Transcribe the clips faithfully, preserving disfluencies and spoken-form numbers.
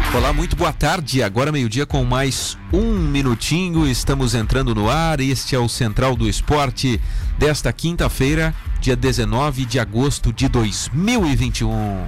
Olá, muito boa tarde. Agora meio-dia com mais um minutinho. Estamos entrando no ar. Este é o Central do Esporte desta quinta-feira, dia dezenove de agosto de dois mil e vinte e um.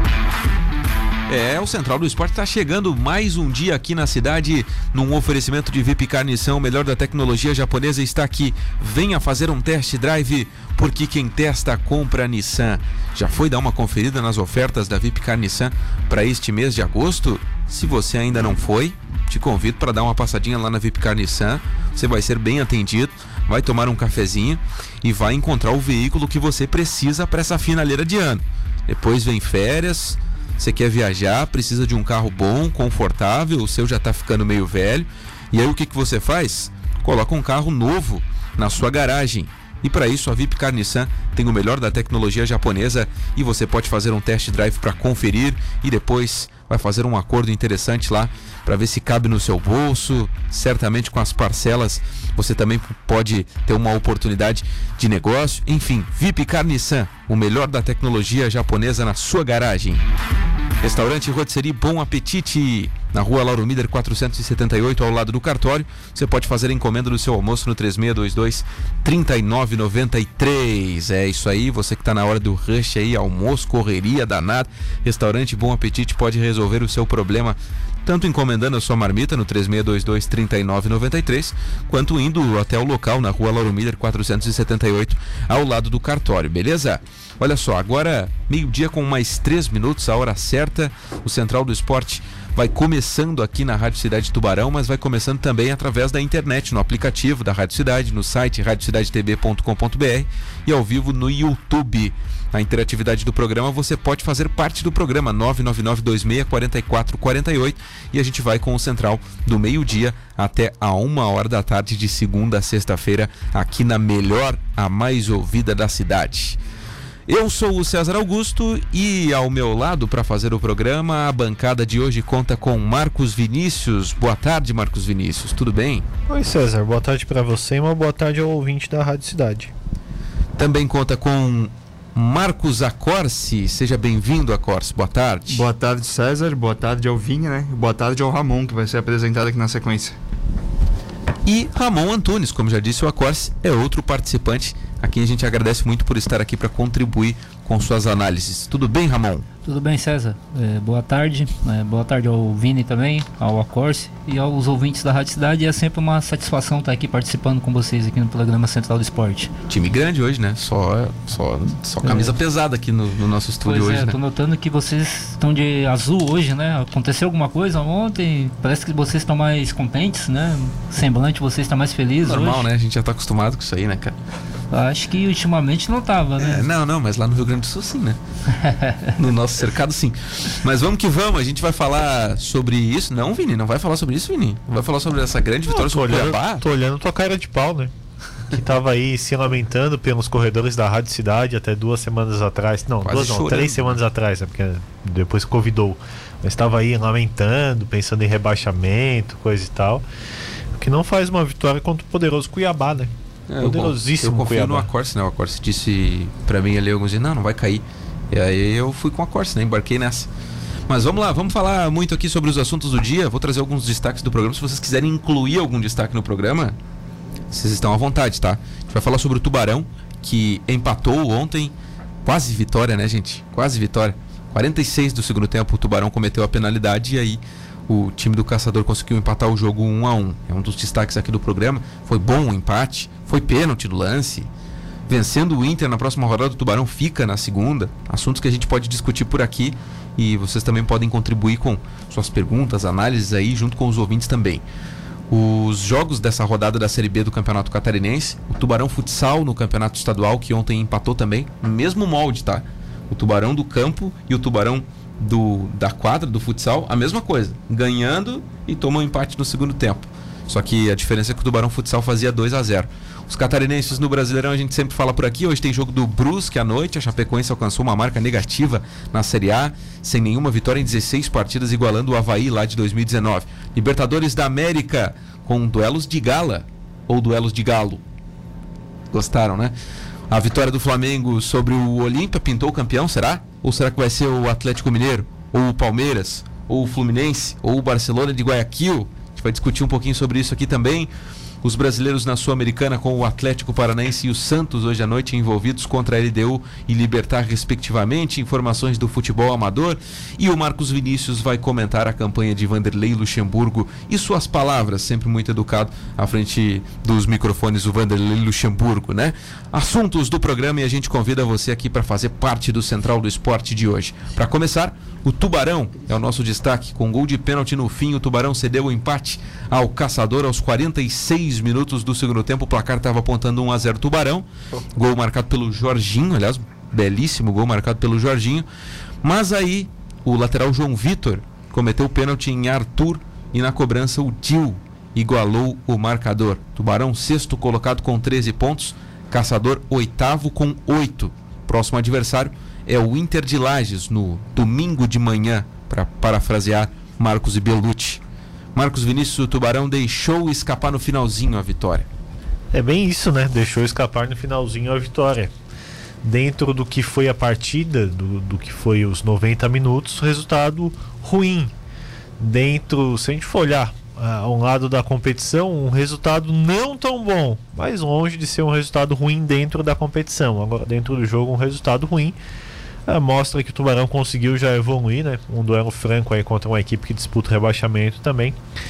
É, o Central do Esporte está chegando mais um dia aqui na cidade, num oferecimento de Vipcar Nissan, o melhor da tecnologia japonesa está aqui. Venha fazer um test drive, porque quem testa compra Nissan. Já foi dar uma conferida nas ofertas da Vipcar Nissan para este mês de agosto? Se você ainda não foi, te convido para dar uma passadinha lá na Vipcar Nissan. Você vai ser bem atendido, vai tomar um cafezinho e vai encontrar o veículo que você precisa para essa finaleira de ano. Depois vem férias. Você quer viajar, precisa de um carro bom, confortável, o seu já está ficando meio velho. E aí o que, que você faz? Coloca um carro novo na sua garagem. E para isso a Vipcar Nissan tem o melhor da tecnologia japonesa e você pode fazer um test drive para conferir e depois vai fazer um acordo interessante lá para ver se cabe no seu bolso. Certamente com as parcelas você também pode ter uma oportunidade de negócio. Enfim, Vipcar Nissan, o melhor da tecnologia japonesa na sua garagem. Restaurante Rotisserie Bom Apetite, na rua Lauro Miller quatrocentos e setenta e oito, ao lado do cartório. Você pode fazer a encomenda do seu almoço no três seis dois dois, três nove nove três. É isso aí, você que está na hora do rush aí, almoço, correria, danado. Restaurante Bom Apetite pode resolver o seu problema, tanto encomendando a sua marmita no três seis dois dois, três nove nove três, quanto indo até o local na rua Lauro Miller quatrocentos e setenta e oito, ao lado do cartório, beleza? Olha só, agora meio-dia com mais três minutos, a hora certa. O Central do Esporte vai começando aqui na Rádio Cidade Tubarão, mas vai começando também através da internet, no aplicativo da Rádio Cidade, no site rádio cidade t v ponto com ponto b r e ao vivo no YouTube. Na interatividade do programa você pode fazer parte do programa nove nove nove dois seis quatro quatro quatro oito e a gente vai com o Central do meio-dia até a uma hora da tarde de segunda a sexta-feira aqui na melhor, a mais ouvida da cidade. Eu sou o César Augusto e ao meu lado para fazer o programa, a bancada de hoje conta com Marcos Vinícius. Boa tarde, Marcos Vinícius, tudo bem? Oi, César, boa tarde para você e uma boa tarde ao ouvinte da Rádio Cidade. Também conta com Marcos Acorce. Seja bem-vindo, Acorce, boa tarde. Boa tarde, César, boa tarde ao Vinha, né? Boa tarde ao Ramon, que vai ser apresentado aqui na sequência. E Ramon Antunes, como já disse o Acorce, é outro participante a quem a gente agradece muito por estar aqui para contribuir com suas análises. Tudo bem, Ramon? Tudo bem, César. É, boa tarde. É, boa tarde ao Vini também, ao Acorce e aos ouvintes da Rádio Cidade. É sempre uma satisfação estar aqui participando com vocês aqui no programa Central do Esporte. Time grande hoje, né? Só, só, só camisa é. pesada aqui no, no nosso estúdio pois hoje, é, né? Tô notando que vocês estão de azul hoje, né? Aconteceu alguma coisa ontem? Parece que vocês estão mais contentes, né? O semblante de vocês está mais feliz hoje. Normal, né? A gente já tá acostumado com isso aí, né, cara? Acho que ultimamente não tava, né? É, não, não, mas lá no Rio Grande do Sul sim, né? No nosso cercado sim. Mas vamos que vamos, a gente vai falar sobre isso. Não, Vini, não vai falar sobre isso, Vini. Não vai falar sobre essa grande vitória sobre o Cuiabá. Tô olhando tua cara de pau, né? Que tava aí se lamentando pelos corredores da Rádio Cidade até duas semanas atrás. Não, Quase duas não, chorando. três semanas atrás, né? Porque depois convidou. Mas estava aí lamentando, pensando em rebaixamento, coisa e tal. O que não faz uma vitória contra o poderoso Cuiabá, né? É, Poderosíssimo. Eu confio Cuiabá. no Acorce, né? O Acorce disse pra mim ali alguns dias, não, não vai cair. E aí eu fui com o Acorce, né? Embarquei nessa. Mas vamos lá, vamos falar muito aqui sobre os assuntos do dia. Vou trazer alguns destaques do programa. Se vocês quiserem incluir algum destaque no programa, vocês estão à vontade, tá? A gente vai falar sobre o Tubarão, que empatou ontem. Quase vitória, né, gente? Quase vitória. quarenta e seis do segundo tempo, o Tubarão cometeu a penalidade e aí o time do Caçador conseguiu empatar o jogo um a um. É um dos destaques aqui do programa. Foi bom o empate, foi pênalti do lance. Vencendo o Inter na próxima rodada, o Tubarão fica na segunda. Assuntos que a gente pode discutir por aqui e vocês também podem contribuir com suas perguntas, análises aí, junto com os ouvintes também. Os jogos dessa rodada da Série B do Campeonato Catarinense, o Tubarão Futsal no Campeonato Estadual, que ontem empatou também, no mesmo molde, tá? O Tubarão do campo e o Tubarão do, da quadra do futsal, a mesma coisa, ganhando e toma um empate no segundo tempo. Só que a diferença é que o Tubarão Futsal fazia dois a zero. Os catarinenses no Brasileirão a gente sempre fala por aqui. Hoje tem jogo do Brusque à noite. A Chapecoense alcançou uma marca negativa na Série A, sem nenhuma vitória em dezesseis partidas, igualando o Avaí lá de dois mil e dezenove. Libertadores da América, com duelos de gala, ou duelos de galo. Gostaram, né? A vitória do Flamengo sobre o Olímpia pintou o campeão, será? Ou será que vai ser o Atlético Mineiro? Ou o Palmeiras? ou o Fluminense, ou o Barcelona de Guayaquil. A gente vai discutir um pouquinho sobre isso aqui também. Os brasileiros na Sul-Americana com o Atlético Paranaense e o Santos hoje à noite envolvidos contra a L D U e Libertad respectivamente. Informações do futebol amador. E o Marcos Vinícius vai comentar a campanha de Vanderlei Luxemburgo e suas palavras, sempre muito educado à frente dos microfones, o Vanderlei Luxemburgo, né? Assuntos do programa, e a gente convida você aqui para fazer parte do Central do Esporte de hoje. Para começar, o Tubarão é o nosso destaque. Com gol de pênalti no fim, o Tubarão cedeu o empate ao Caçador aos quarenta e seis minutos do segundo tempo. O placar estava apontando um a zero Tubarão. Gol marcado pelo Jorginho, aliás, belíssimo gol marcado pelo Jorginho. Mas aí o lateral João Vitor cometeu o pênalti em Arthur e na cobrança o Dil igualou o marcador. Tubarão sexto colocado com treze pontos, Caçador oitavo com oito. Próximo adversário é o Inter de Lages no domingo de manhã, para parafrasear Marcos e Bellucci. Marcos Vinícius, o Tubarão deixou escapar no finalzinho a vitória. É bem isso, né? Deixou escapar no finalzinho a vitória. Dentro do que foi a partida, do, do que foi os noventa minutos, resultado ruim. Dentro, se a gente for olhar a um lado da competição, um resultado não tão bom, mas longe de ser um resultado ruim dentro da competição. Agora, dentro do jogo, um resultado ruim. É, mostra que o Tubarão conseguiu já evoluir, né? Um duelo franco aí contra uma equipe que disputa o rebaixamento também.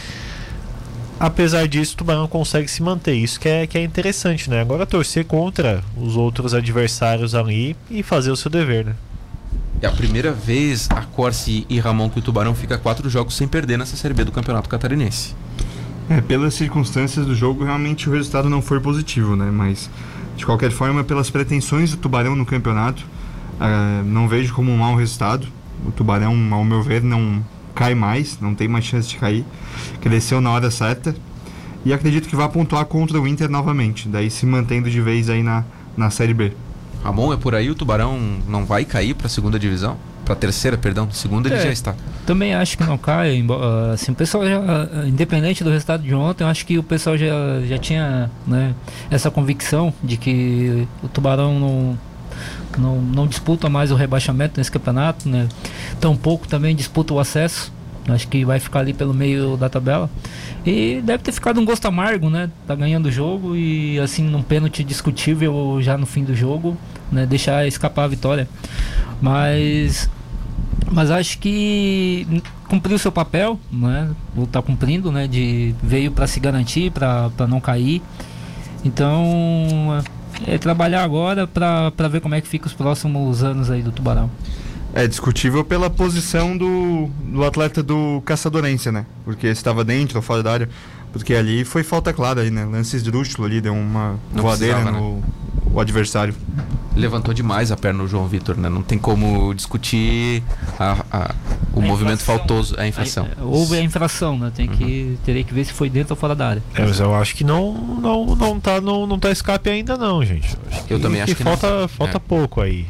Apesar disso, o Tubarão consegue se manter. Isso que é, que é interessante, né? Agora torcer contra os outros adversários ali e fazer o seu dever, né? É a primeira vez, a Corse e Ramon, que o Tubarão fica quatro jogos sem perder nessa Série B do Campeonato Catarinense. É, pelas circunstâncias do jogo, realmente o resultado não foi positivo, né? Mas, de qualquer forma, pelas pretensões do Tubarão no campeonato, Uh, não vejo como um mau resultado. O Tubarão, ao meu ver, não cai mais, não tem mais chance de cair. Cresceu na hora certa e acredito que vai pontuar contra o Inter novamente, daí se mantendo de vez aí na, na Série B. Ramon, é por aí? O Tubarão não vai cair para a segunda divisão? Para a terceira, perdão, segunda ele é, já está. Também acho que não cai. Assim, o pessoal já, independente do resultado de ontem, eu acho que o pessoal já, já tinha, né, essa convicção de que o Tubarão não Não, não disputa mais o rebaixamento nesse campeonato, né? Tampouco também disputa o acesso. Acho que vai ficar ali pelo meio da tabela. E deve ter ficado um gosto amargo, né? Tá ganhando o jogo e assim num pênalti discutível já no fim do jogo, né? Deixar escapar a vitória. Mas mas acho que cumpriu o seu papel, né? Ou tá cumprindo, né? De veio para se garantir, para para não cair. Então é trabalhar agora para ver como é que fica os próximos anos aí do Tubarão. É discutível pela posição do, do atleta do Caçadorense, né? Porque estava dentro ou fora da área. Porque ali foi falta clara aí, né? Lance esdrúxulo ali, deu uma não voadeira no né? o adversário. Levantou demais a perna o João Vitor, né? Não tem como discutir a, a, o a movimento infração. faltoso, a infração. A, houve a infração, né? Tem que, uhum. Teria que ver se foi dentro ou fora da área. É, mas eu acho que não, não, não, tá, não, não tá escape ainda não, gente. Eu, acho que, eu também acho que, que falta, não. falta é. pouco aí.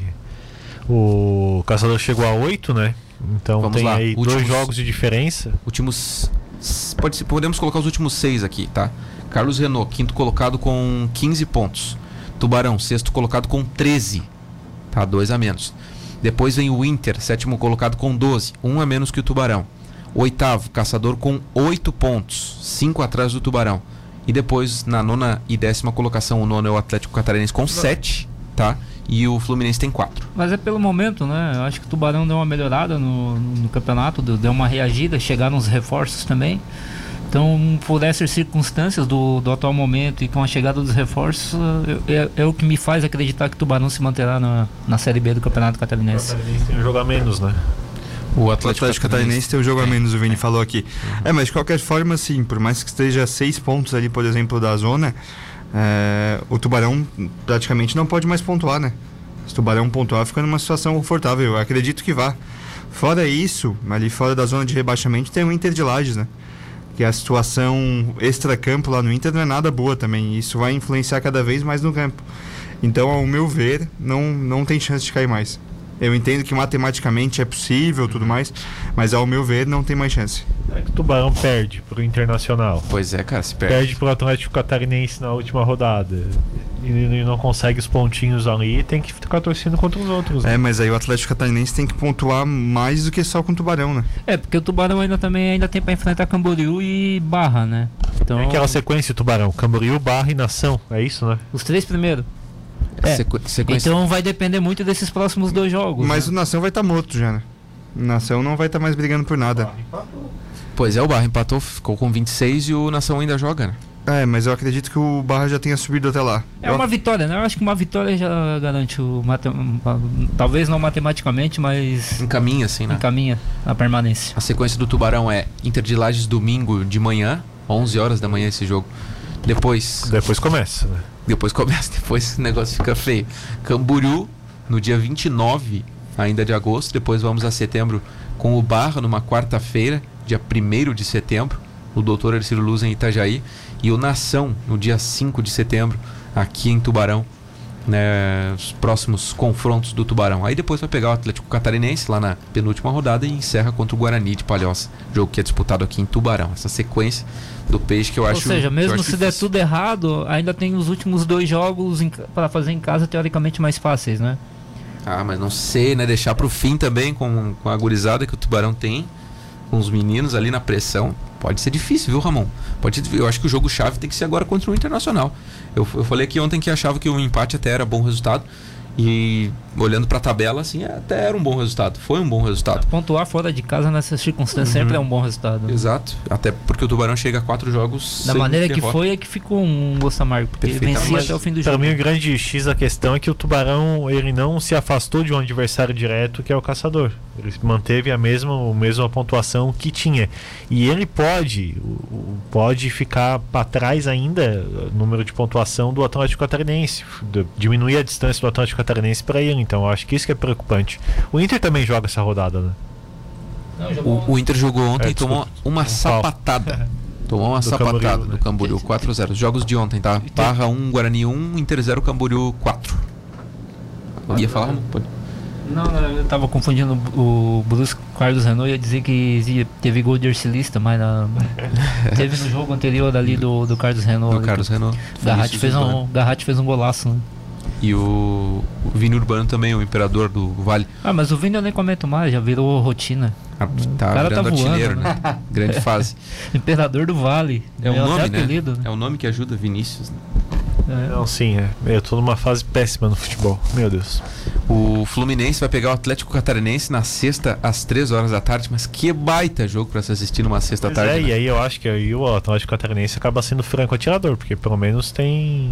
O Caçador chegou a oito, né? Então Vamos tem lá. aí últimos, dois jogos de diferença. Últimos... Pode, podemos colocar os últimos seis aqui, tá? Carlos Renault, quinto colocado com quinze pontos. Tubarão, sexto colocado com treze. Tá, dois a menos. Depois vem o Inter, sétimo colocado com doze. Um a menos que o Tubarão. Oitavo, Caçador com oito pontos. cinco atrás do Tubarão. E depois, na nona e décima colocação, o nono é o Atlético Catarinense com sete, tá? E o Fluminense tem quatro. Mas é pelo momento, né? Eu acho que o Tubarão deu uma melhorada no, no campeonato, deu uma reagida, chegaram os reforços também. Então, por essas circunstâncias do, do atual momento e com a chegada dos reforços, é, é o que me faz acreditar que o Tubarão se manterá na, na Série B do Campeonato Catarinense. O Catarinense tem um jogo a menos, né? O Atlético, o Atlético Catarinense tem um jogo a menos, o Vini falou aqui. Uhum. É, mas de qualquer forma, assim, por mais que esteja seis pontos ali, por exemplo, da zona, é, o Tubarão praticamente não pode mais pontuar, né? Se o Tubarão pontuar, fica numa situação confortável. Eu acredito que vá. Fora isso, ali fora da zona de rebaixamento, tem o Inter de Lages, né? Que a situação extra-campo lá no Inter não é nada boa também. Isso vai influenciar cada vez mais no campo. Então, ao meu ver, não, não tem chance de cair mais. Eu entendo que matematicamente é possível tudo mais, mas ao meu ver não tem mais chance. É que o Tubarão perde pro Internacional. Pois é, cara, se perde. Perde pro Atlético Catarinense na última rodada. e não consegue os pontinhos ali, tem que ficar torcendo contra os outros. Né? É, mas aí o Atlético Catarinense tem que pontuar mais do que só com o Tubarão, né? É, porque o Tubarão ainda também ainda tem pra enfrentar Camboriú e Barra, né? Então... É aquela sequência o Tubarão, Camboriú, Barra e Nação, é isso, né? Os três primeiros. É. Sequ- sequência... Então vai depender muito desses próximos dois jogos. Mas né? o Nação vai estar tá morto já, né? O Nação não vai estar tá mais brigando por nada. Pois é, o Barra empatou, ficou com vinte e seis e o Nação ainda joga, né? É, mas eu acredito que o Barra já tenha subido até lá. É uma vitória, né? Eu acho que uma vitória já garante o... Mate... Talvez não matematicamente, mas... Encaminha, assim, né? Encaminha a permanência. A sequência do Tubarão é Inter de Lages domingo de manhã, onze horas da manhã esse jogo. Depois... Depois começa, né? Depois começa, depois o negócio fica feio. Camboriú, no dia vinte e nove ainda de agosto. Depois vamos a setembro com o Barra, numa quarta-feira, dia primeiro de setembro. O doutor Ercílio Luz em Itajaí. E o Nação, no dia cinco de setembro, aqui em Tubarão, né, os próximos confrontos do Tubarão. Aí depois vai pegar o Atlético Catarinense lá na penúltima rodada e encerra contra o Guarani de Palhoça, jogo que é disputado aqui em Tubarão. Essa sequência do Peixe que eu acho... Ou seja, mesmo acho se der tudo errado, ainda tem os últimos dois jogos para fazer em casa teoricamente mais fáceis, né? Ah, mas não sei, né? Deixar pro fim também com, com a gurizada que o Tubarão tem, com os meninos ali na pressão. Pode ser difícil, viu, Ramon? Pode, eu acho que o jogo-chave tem que ser agora contra o Internacional. Eu, eu falei aqui ontem que achava que o empate até era bom resultado. E olhando pra tabela, assim, até era um bom resultado. Foi um bom resultado. Pontuar fora de casa nessas circunstâncias uhum. sempre é um bom resultado. Exato. Até porque o Tubarão chega a quatro jogos da sem maneira derrota. Que foi é que ficou um gosto amargo. Porque vencia até o fim do jogo. Para mim o grande X da questão é que o Tubarão ele não se afastou de um adversário direto que é o Caçador. Ele manteve a mesma, a mesma pontuação que tinha. E ele pode, pode ficar para trás ainda número de pontuação do Atlético Catarinense. Diminuir a distância do Atlético Catarinense para ele. Então eu acho que isso que é preocupante. O Inter também joga essa rodada, né? Não, o, o Inter jogou ontem é, e tomou uma um sapatada. Tomou uma do sapatada Camboriú, do né? Camboriú, quatro a zero. Os jogos de ontem, tá? Barra um, Guarani um, Inter zero, Camboriú quatro. Eu ia falar? Pode. Não, eu tava confundindo o Brusque com o Carlos Renault. Ia dizer que teve gol de Ercilista, mas na, teve no jogo anterior ali do, do Carlos Renault. Do Carlos Renault. Garratti fez, um, Garratti fez um golaço, né? E o, o Vini Urbano também, o imperador do Vale. Ah, mas o Vini eu nem comento mais, já virou rotina. Ah, tá, o cara tá voando, artilheiro, né? né? Grande fase. Imperador do Vale. É o nome, né? Apelido, né? É o nome que ajuda Vinícius. Né? É. Não, sim, é. Eu tô numa fase péssima no futebol. Meu Deus. O Fluminense vai pegar o Atlético Catarinense na sexta às três horas da tarde, mas que baita jogo pra se assistir numa sexta pois tarde. É, né? E aí eu acho que aí o Atlético Catarinense acaba sendo franco atirador, porque pelo menos tem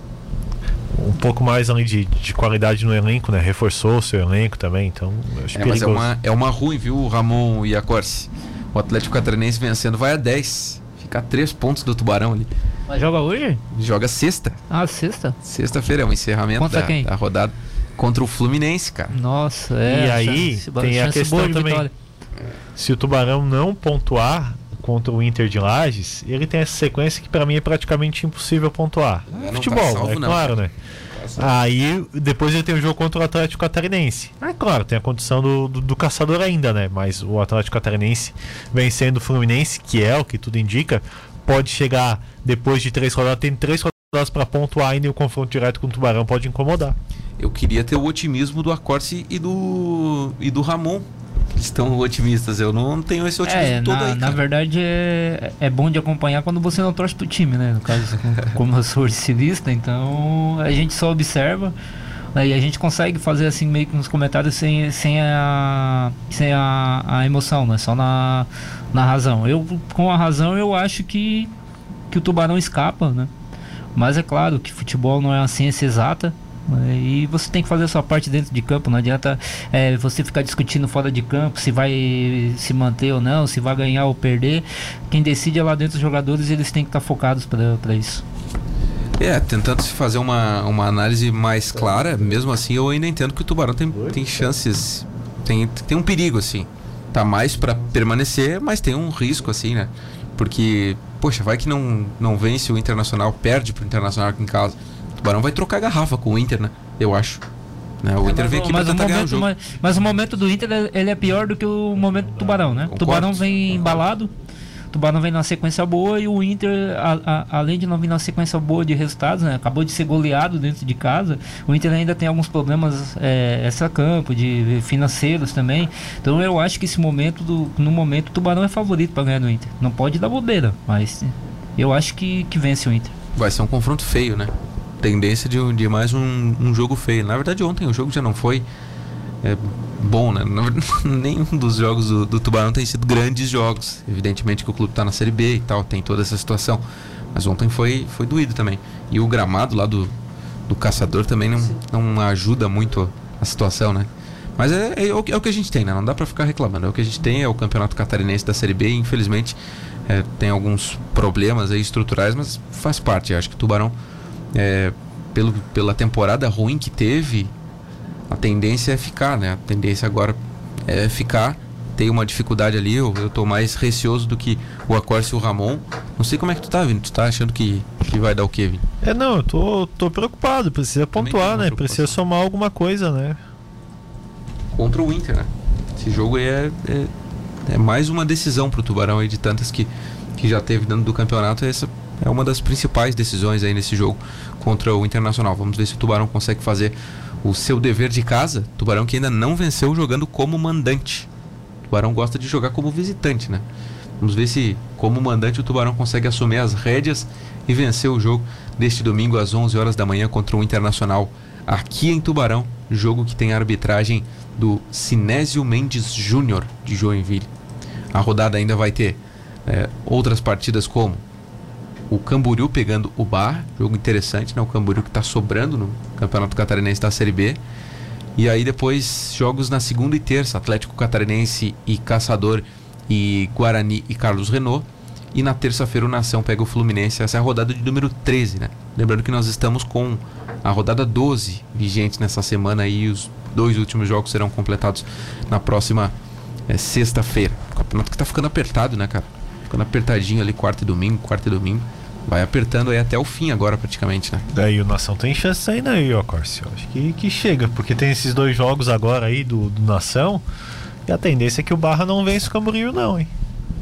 um pouco mais ali de, de qualidade no elenco, né? Reforçou o seu elenco também, então eu acho é, mas é uma, é uma ruim, viu, Ramon e a Corse? O Atlético Catarinense vencendo vai a dez. Fica a três pontos do Tubarão ali. Mas joga hoje? Joga sexta. Ah, sexta? Sexta-feira é o encerramento da, da rodada contra o Fluminense, cara. Nossa, é. E aí chance, tem a questão também. Vitória. Se o Tubarão não pontuar contra o Inter de Lages, ele tem essa sequência que pra mim é praticamente impossível pontuar. É, futebol, tá salvo, é não. Claro, né? Tá aí depois ele tem o jogo contra o Atlético Catarinense. Ah, claro, tem a condição do, do, do caçador ainda, né? Mas o Atlético Catarinense vencendo o Fluminense, que é o que tudo indica, pode chegar depois de três rodadas, tem três rodadas para pontuar ainda e o confronto direto com o Tubarão pode incomodar. Eu queria ter o otimismo do Acorce e do, e do Ramon. Eles estão otimistas, eu não tenho esse otimismo é, todo na, aí, cara. Na verdade é, é bom de acompanhar quando você não torce pro time, né? No caso, como eu sou orcilista, então a gente só observa, né? E a gente consegue fazer assim meio que uns comentários sem, sem, a, sem a, a emoção, né? Só na, na razão. Eu, com a razão, eu acho que, que o Tubarão escapa, né? Mas é claro que futebol não é uma ciência exata. E você tem que fazer a sua parte dentro de campo. Não adianta é, você ficar discutindo fora de campo se vai se manter ou não, se vai ganhar ou perder. Quem decide é lá dentro os jogadores, e eles têm que estar focados para isso. É, tentando se fazer uma, uma análise mais clara, mesmo assim eu ainda entendo que o Tubarão tem, tem chances, tem, tem um perigo assim. Tá mais para permanecer, mas tem um risco assim, né? Porque, poxa, vai que não, não vence o Internacional, perde pro Internacional aqui em casa. O Tubarão vai trocar garrafa com o Inter, né? Eu acho. Né? O é, Inter vem aqui pra tentar ganhar o jogo. Mas, mas o momento do Inter ele é pior do que o momento do Tubarão, né? O Tubarão vem embalado. Tubarão vem numa sequência boa e o Inter, a, a, além de não vir numa sequência boa de resultados, né, acabou de ser goleado dentro de casa, o Inter ainda tem alguns problemas é, extra-campo, de financeiros também. Então eu acho que esse momento, do, no momento, o Tubarão é favorito para ganhar do Inter. Não pode dar bobeira, mas eu acho que, que vence o Inter. Vai ser um confronto feio, né? Tendência de, de mais um, um jogo feio. Na verdade, ontem o jogo já não foi é, bom, né? Nenhum dos jogos do, do Tubarão tem sido grandes jogos. Evidentemente que o clube está na Série B e tal, tem toda essa situação. Mas ontem foi, foi doído também. E o gramado lá do, do Caçador também não, não ajuda muito a situação, né? Mas é, é, é, o, é o que a gente tem, né? Não dá pra ficar reclamando. É o que a gente tem, é o Campeonato Catarinense da Série B. E infelizmente é, tem alguns problemas aí estruturais, mas faz parte. Eu acho que o Tubarão, é, pelo, pela temporada ruim que teve, a tendência é ficar, né? A tendência agora é ficar. Tem uma dificuldade ali, eu, eu tô mais receoso do que o Acórcio e o Ramon. Não sei como é que tu tá, Vini. Tu tá achando que, que vai dar o quê, Vini? É, não, eu tô, tô preocupado. Precisa pontuar, né? Precisa somar alguma coisa, né? Contra o Inter, né? Esse jogo aí é, é, é mais uma decisão pro Tubarão aí de tantas que, que já teve dentro do campeonato. Essa é uma das principais decisões aí nesse jogo contra o Internacional. Vamos ver se o Tubarão consegue fazer o seu dever de casa. Tubarão que ainda não venceu jogando como mandante. O Tubarão gosta de jogar como visitante, né? Vamos ver se, como mandante, o Tubarão consegue assumir as rédeas e vencer o jogo deste domingo às onze horas da manhã contra o Internacional aqui em Tubarão. Jogo que tem a arbitragem do Sinésio Mendes Júnior de Joinville. A rodada ainda vai ter é, outras partidas como o Camboriú pegando o Barra, jogo interessante, né? O Camboriú que está sobrando no Campeonato Catarinense da Série B. E aí depois jogos na segunda e terça, Atlético Catarinense e Caçador e Guarani e Carlos Renault. E na terça-feira o Nação pega o Fluminense. Essa é a rodada de número treze, né? Lembrando que nós estamos com a rodada doze vigente nessa semana e os dois últimos jogos serão completados na próxima é, sexta-feira. O campeonato que tá ficando apertado, né, cara? Ficando apertadinho ali, quarta e domingo, quarta e domingo. Vai apertando aí até o fim agora, praticamente, né? Daí o Nação tem chance ainda aí, ó, Córcio. Acho que, que chega, porque tem esses dois jogos agora aí do, do Nação. E a tendência é que o Barra não vence o Camboriú, não, hein?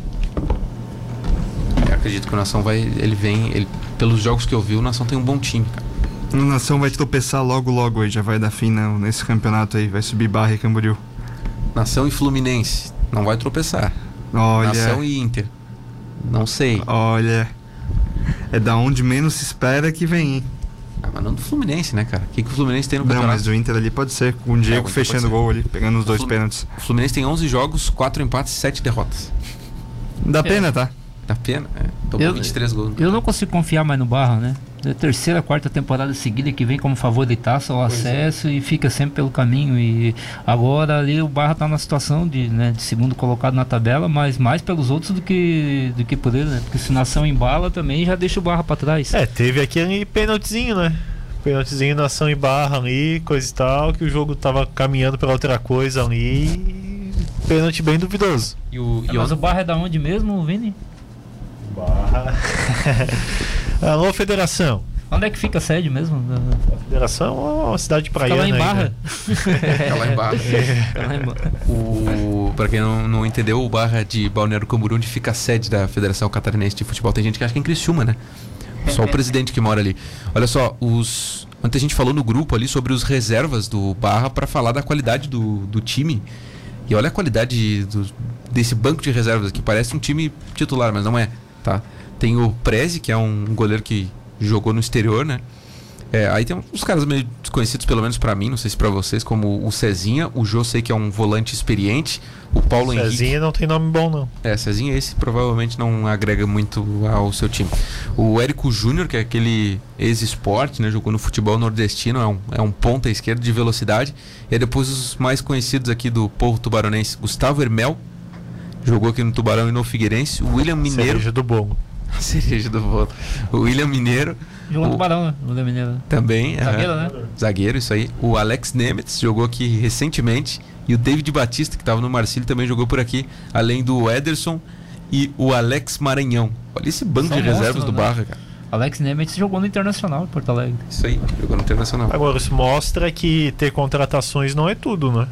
Eu acredito que o Nação vai. Ele vem. Ele, pelos jogos que eu vi, o Nação tem um bom time, cara. O Nação vai tropeçar logo, logo aí. Já vai dar fim não, nesse campeonato aí. Vai subir Barra e Camboriú. Nação e Fluminense. Não vai tropeçar. Olha. Nação e Inter. Não sei. Olha. É da onde menos se espera que vem, hein? Ah, mas não do Fluminense, né, cara? O que, que o Fluminense tem no não, campeonato? Mas do Inter ali pode ser. Com o Diego é, o fechando o gol ali, pegando os dois Flumin... pênaltis. O Fluminense tem onze jogos, quatro empates e sete derrotas. Dá é. pena, tá? Dá pena? É. Tomou eu, vinte e três gols. Eu não consigo confiar mais no Barra, né? É a terceira, quarta temporada seguida que vem como favoritaço ao acesso é. E fica sempre pelo caminho. E agora ali o Barra tá na situação de, né, de segundo colocado na tabela, mas mais pelos outros do que, do que por ele, né? Porque se Nação embala também já deixa o Barra pra trás. É, teve aquele pênaltizinho, né? Pênaltizinho, Nação e Barra ali, coisa e tal, que o jogo tava caminhando pra outra coisa ali. Pênalti bem duvidoso. E o, é, mas o Barra é da onde mesmo, Vini? Barra. Alô, Federação. Onde é que fica a sede mesmo? A Federação é uma cidade praiana. Fica lá em Barra. Aí, né? Fica lá em Barra. Fica lá em Barra. O, pra quem não, não entendeu, o Barra de Balneário Camboriú, onde fica a sede da Federação Catarinense de Futebol. Tem gente que acha que é em Criciúma, né? Só o presidente que mora ali. Olha só, os... ontem a gente falou no grupo ali sobre os reservas do Barra para falar da qualidade do, do time. E olha a qualidade do, desse banco de reservas aqui. Parece um time titular, mas não é, tá? Tem o Prezi, que é um goleiro que jogou no exterior, né? É, aí tem uns caras meio desconhecidos, pelo menos pra mim, não sei se pra vocês, como o Cezinha, o Jô, sei que é um volante experiente, o Paulo Henrique... Cezinha não tem nome bom, não. É, Cezinha esse provavelmente não agrega muito ao seu time. O Érico Júnior, que é aquele ex-esporte, né? Jogou no futebol nordestino, é um, é um ponta esquerda de velocidade. E aí depois os mais conhecidos aqui do povo tubaronense, Gustavo Hermel, jogou aqui no Tubarão e no Figueirense, o William Mineiro... Cereja do bolo. Cereja do bolo. O William Mineiro. Jogou no o... Tubarão, né? O William Mineiro. Também. Zagueiro, uh, né? Zagueiro, isso aí. O Alex Nemetz jogou aqui recentemente. E o David Batista, que estava no Marcílio, também jogou por aqui. Além do Ederson e o Alex Maranhão. Olha esse banco São de monstros, reservas do né? Barra, cara. Alex Nemetz jogou no Internacional, em Porto Alegre. Isso aí, jogou no Internacional. Agora, isso mostra que ter contratações não é tudo, né?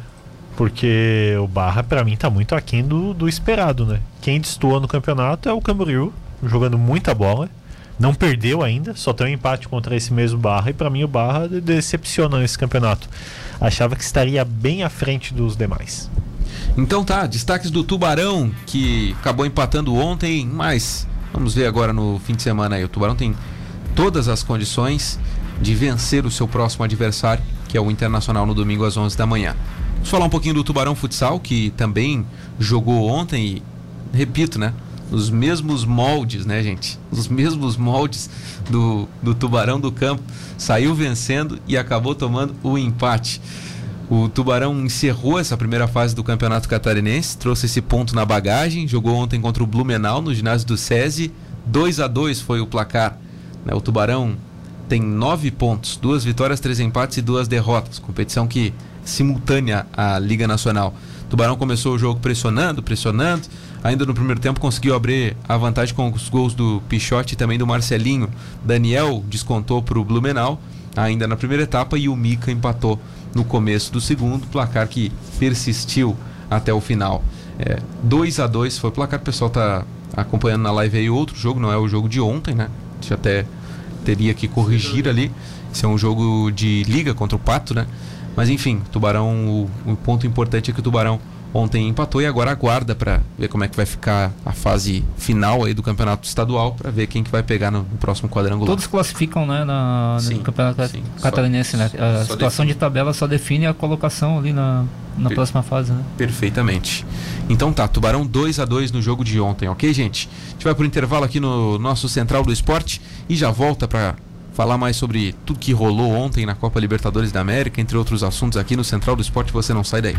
porque o Barra para mim tá muito aquém do, do esperado, né? Quem destoou no campeonato é o Camboriú, jogando muita bola, não perdeu ainda, só tem um empate contra esse mesmo Barra, e para mim o Barra decepciona nesse campeonato. Achava que estaria bem à frente dos demais. Então tá, destaques do Tubarão, que acabou empatando ontem, mas vamos ver agora no fim de semana aí. O Tubarão tem todas as condições de vencer o seu próximo adversário, que é o Internacional, no domingo às onze da manhã. Vamos falar um pouquinho do Tubarão Futsal, que também jogou ontem e, repito, né, os mesmos moldes, né, gente? Os mesmos moldes do, do Tubarão do Campo. Saiu vencendo e acabou tomando o empate. O Tubarão encerrou essa primeira fase do Campeonato Catarinense, trouxe esse ponto na bagagem, jogou ontem contra o Blumenau no ginásio do SESI. dois a dois foi o placar. O Tubarão tem nove pontos, duas vitórias, três empates e duas derrotas. Competição que simultânea à Liga Nacional. O Tubarão começou o jogo pressionando, pressionando. Ainda no primeiro tempo conseguiu abrir a vantagem com os gols do Pichote e também do Marcelinho. Daniel descontou para o Blumenau ainda na primeira etapa e o Mica empatou no começo do segundo, placar que persistiu até o final. É, dois a dois foi o placar. O pessoal está acompanhando na live aí outro jogo, não é o jogo de ontem, né? A gente até teria que corrigir ali. Esse é um jogo de liga contra o Pato, né? Mas enfim, Tubarão, o, o ponto importante é que o Tubarão ontem empatou e agora aguarda para ver como é que vai ficar a fase final aí do campeonato estadual, para ver quem que vai pegar no, no próximo quadrangular. Todos classificam, né, na, sim, no campeonato sim. catarinense, só, né? A situação define. de tabela só define a colocação ali na, na per- próxima fase, né? Perfeitamente. Então tá, Tubarão dois a dois no jogo de ontem, ok, gente? A gente vai pro intervalo aqui no nosso Central do Esporte e já volta para falar mais sobre tudo que rolou ontem na Copa Libertadores da América, entre outros assuntos aqui no Central do Esporte. Você não sai daí.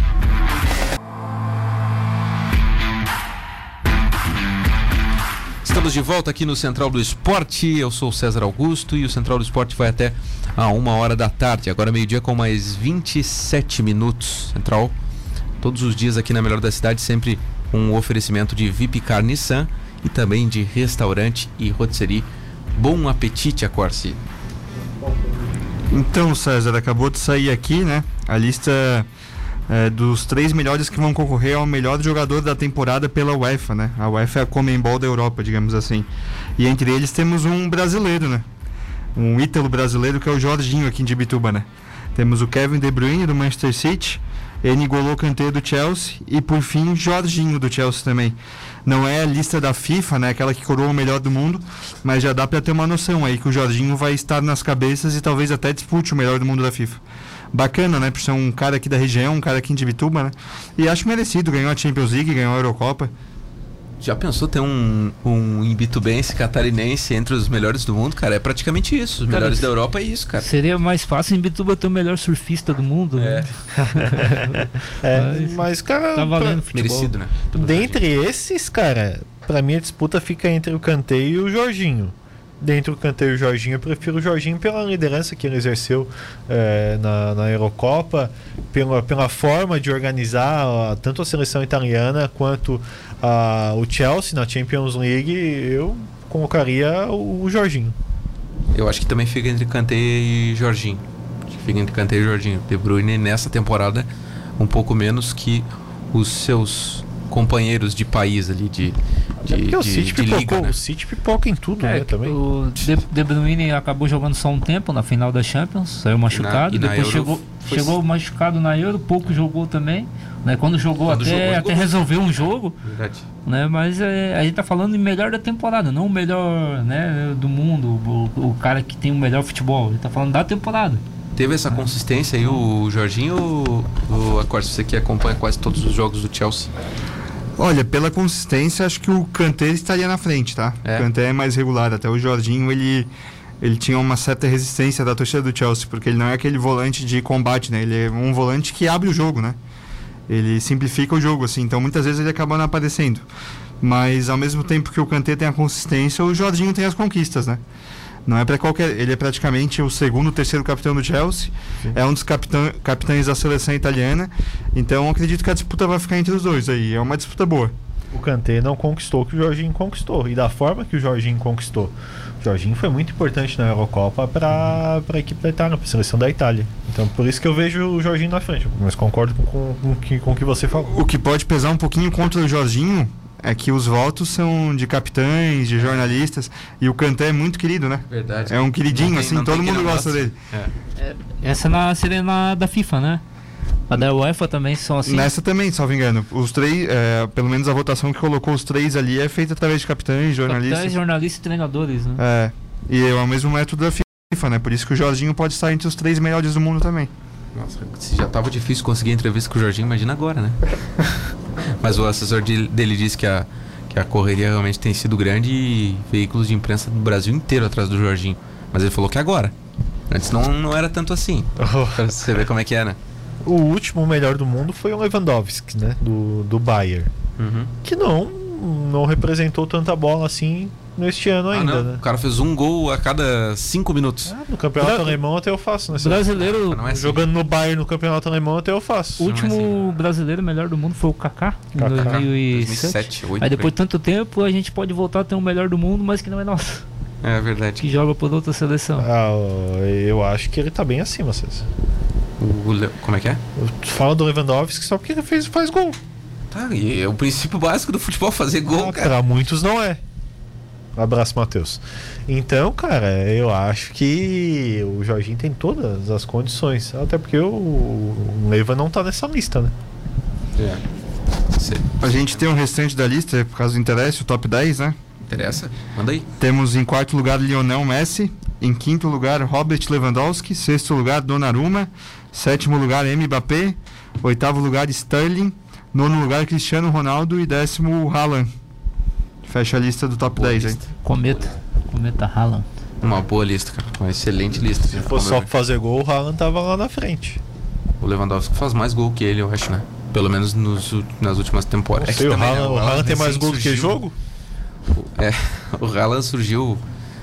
Estamos de volta aqui no Central do Esporte. Eu sou o César Augusto e o Central do Esporte vai até a uma hora da tarde. Agora meio-dia com mais vinte e sete minutos. Central, todos os dias aqui na Melhor da Cidade, sempre com um oferecimento de Vipcar Nissan e também de restaurante e rotisserie Bom Apetite, a Corsi. Então, César, acabou de sair aqui, né, a lista é, dos três melhores que vão concorrer ao melhor jogador da temporada pela UEFA, né? A UEFA é a Conmebol da Europa, digamos assim. E entre eles temos um brasileiro, né? Um ítalo brasileiro, que é o Jorginho, aqui de Ibituba, né? Temos o Kevin De Bruyne, do Manchester City, N'Golo Kanté, do Chelsea, e por fim Jorginho, do Chelsea também. Não é a lista da FIFA, né, aquela que coroa o melhor do mundo, mas já dá para ter uma noção aí que o Jorginho vai estar nas cabeças e talvez até dispute o melhor do mundo da FIFA. Bacana, né, por ser um cara aqui da região, um cara aqui de Ibituba, né? E acho merecido, ganhou a Champions League, ganhou a Eurocopa. Já pensou ter um, um imbitubense catarinense entre os melhores do mundo, cara? É praticamente isso. Os cara, melhores da Europa é isso, cara. Seria mais fácil em Imbituba ter o melhor surfista do mundo. É. Né? é mas, mas, cara, tá valendo futebol. Merecido, né? Dentre esses, cara, pra mim a disputa fica entre o Kanté e o Jorginho. Dentre o Kanté e o Jorginho, eu prefiro o Jorginho pela liderança que ele exerceu é, na, na Eurocopa, pela, pela forma de organizar ó, tanto a seleção italiana quanto a, o Chelsea na Champions League. Eu colocaria o, o Jorginho. Eu acho que também fica entre Kanté e Jorginho. Fica entre Kanté e Jorginho. De Bruyne nessa temporada um pouco menos que os seus companheiros de país ali, de, de, é de, o City de pipocou, liga, né? O City pipoca em tudo, é, né, também. O De, De Bruyne acabou jogando só um tempo na final da Champions, saiu machucado, e na, e depois na chegou, foi... chegou machucado na Euro, pouco jogou também, né? Quando jogou Quando até, jogou, até resolveu um jogo. Verdade. Né? Mas é, a gente tá falando em melhor da temporada, não o melhor, né, do mundo, o, o cara que tem o melhor futebol, a gente tá falando da temporada. Teve essa consistência aí o Jorginho ou, ou a Corsa, você que acompanha quase todos os jogos do Chelsea? Olha, pela consistência, acho que o Kanté estaria na frente, tá? É. O Kanté é mais regular, até o Jorginho, ele, ele tinha uma certa resistência da torcida do Chelsea, porque ele não é aquele volante de combate, né? Ele é um volante que abre o jogo, né? Ele simplifica o jogo, assim, então muitas vezes ele acaba não aparecendo. Mas ao mesmo tempo que o Kanté tem a consistência, o Jorginho tem as conquistas, né? Não é para qualquer... Ele é praticamente o segundo, terceiro capitão do Chelsea. Sim. É um dos capitão, capitães da seleção italiana. Então acredito que a disputa vai ficar entre os dois aí. É uma disputa boa. O Kanté não conquistou o que o Jorginho conquistou. E da forma que o Jorginho conquistou. O Jorginho foi muito importante na Eurocopa para a equipe da Itália, para a seleção da Itália. Então por isso que eu vejo o Jorginho na frente. Mas concordo com, com, com, com, com o que você falou. O que pode pesar um pouquinho contra o Jorginho é que os votos são de capitães, de jornalistas, e o Kanté é muito querido, né? Verdade. É um queridinho, tem, assim, todo mundo gosta dele. É. É, essa na, seria na da FIFA, né? A da UEFA também são assim. Nessa também, salvo engano. Os três, é, pelo menos a votação que colocou os três ali é feita através de capitães, jornalistas. Capitães, jornalistas e treinadores, né? É. E é o mesmo método da FIFA, né? Por isso que o Jorginho pode estar entre os três melhores do mundo também. Nossa, se já tava difícil conseguir entrevista com o Jorginho, imagina agora, né? Mas o assessor de, dele disse que a, que a correria realmente tem sido grande e veículos de imprensa do Brasil inteiro atrás do Jorginho. Mas ele falou que agora. Antes não, não era tanto assim. Oh. Pra você ver como é que é, né? O último melhor do mundo foi o Lewandowski, né? Do, do Bayern. Uhum. Que não, não representou tanta bola assim neste ano ah, ainda, não. né? O cara fez um gol a cada cinco minutos. Ah, no campeonato Bra... alemão até eu faço, né? Brasileiro não é assim. Jogando no Bayern no campeonato alemão até eu faço. O último Não é assim. brasileiro melhor do mundo foi o Kaká, em Kaká. dois mil e sete. dois mil e sete, oito, Aí depois de tanto tempo a gente pode voltar a ter um melhor do mundo, mas que não é nosso. É verdade. Que joga por outra seleção. Ah, eu acho que ele tá bem acima, César. O, o Le... Como é que é? Fala do Lewandowski só porque ele fez, faz gol. Tá, e é o princípio básico do futebol, fazer gol, Ah, cara. pra muitos não é. Abraço, Matheus. Então, cara, eu acho que o Jorginho tem todas as condições. Até porque o, o Leiva não tá nessa lista, né? É. Você A gente tem o restante da lista, por caso do interesse, o top dez, né? interessa? Manda aí. Temos em quarto lugar Lionel Messi, em quinto lugar Robert Lewandowski, sexto lugar Donnarumma, sétimo lugar Mbappé, oitavo lugar Sterling, nono lugar Cristiano Ronaldo e décimo Haaland. Fecha a lista do top Boa dez lista. aí. Cometa. Cometa Haaland. Uma boa lista, cara. Uma excelente lista. Se fosse só pra fazer gol, o Haaland tava lá na frente. O Lewandowski faz mais gol que ele, eu acho, né? Pelo menos nos, nas últimas temporadas. Não sei, o também, Haaland, né? o Haaland tem mais recém gol do que surgiu. jogo? É, o Haaland surgiu.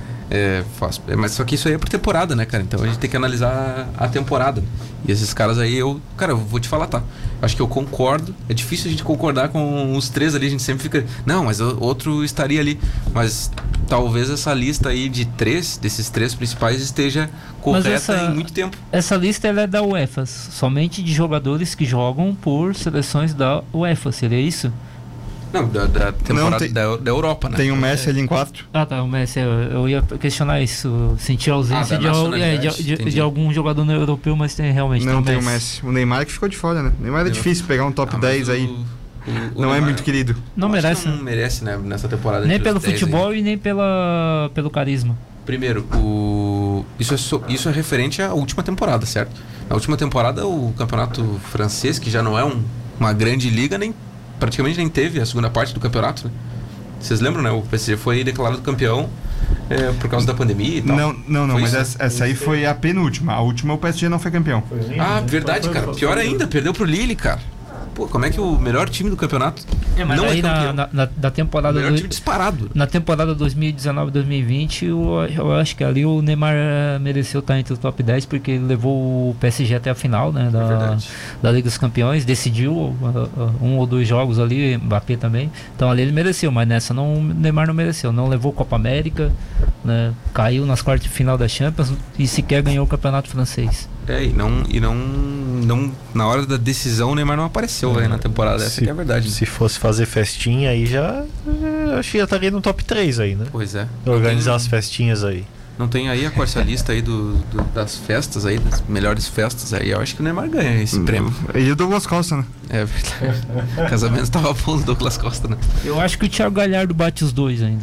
É, faz, é, mas só que isso aí é por temporada, né, cara? Então a gente tem que analisar a temporada. E esses caras aí, eu. Cara, eu vou te falar, tá? Acho que eu concordo. É difícil a gente concordar com os três ali. A gente sempre fica. Não, mas o outro estaria ali. Mas talvez essa lista aí de três, desses três principais, esteja correta essa, em muito tempo. Essa lista ela é da UEFA, somente de jogadores que jogam por seleções da UEFA, seria isso? Não, da, da temporada Não, tem- da, da Europa, né? Tem o Messi ali em quatro. Ah, tá, o Messi, eu, eu ia questionar isso, sentir a ausência Ah, da de, al- é, nacionalidade, de, de, entendi. de algum jogador no europeu, mas tem realmente Não tem o Messi. Messi. O Neymar que ficou de fora, né? O Neymar é Neymar. difícil pegar um top Ah, mas dez o- aí. o- o Não é Neymar- muito querido. Não eu acho merece, que não né? merece, né? Nessa temporada. Nem entre pelo os dez aí. futebol e nem pela, pelo carisma. Primeiro, o... isso, é so... isso é referente à última temporada, certo? Na última temporada, o campeonato francês, que já não é um... uma grande liga, nem praticamente nem teve a segunda parte do campeonato, né? Vocês lembram, né? O P S G foi declarado campeão é, por causa da pandemia e tal. Não, não, não, Foi mas isso? essa, essa aí foi a penúltima. A última o P S G não foi campeão. Ah, verdade, cara. Pior ainda, perdeu pro Lille, cara. Pô, como é que o melhor time do campeonato É, mas não aí é na, campeão? na, na, da O temporada melhor do- time disparado. na temporada dois mil e dezenove, dois mil e vinte, eu, eu acho que ali o Neymar eh, mereceu estar entre os top dez porque ele levou o P S G até a final, né, É da, verdade. da Liga dos Campeões, decidiu uh, uh, um ou dois jogos ali, Mbappé também. Então ali ele mereceu, mas nessa não, o Neymar não mereceu. Não levou Copa América, né, caiu nas quartas de final da Champions e sequer ganhou o Campeonato Francês. É, e não, e não, não. Na hora da decisão, o Neymar não apareceu, velho, na temporada. Essa Se- que é a verdade. né? Se fosse fazer festinha aí já. eh, Acho que já estaria no top três aí, né? Pois é. Organizar Não as tem- festinhas aí. Não tem aí a essa lista aí do, do- das festas aí, das melhores festas aí. Eu acho que o Neymar ganha esse prêmio. E o Douglas Costa, né? É verdade. O casamento tava bom do Douglas Costa, né? Eu acho que o Thiago Galhardo bate os dois ainda.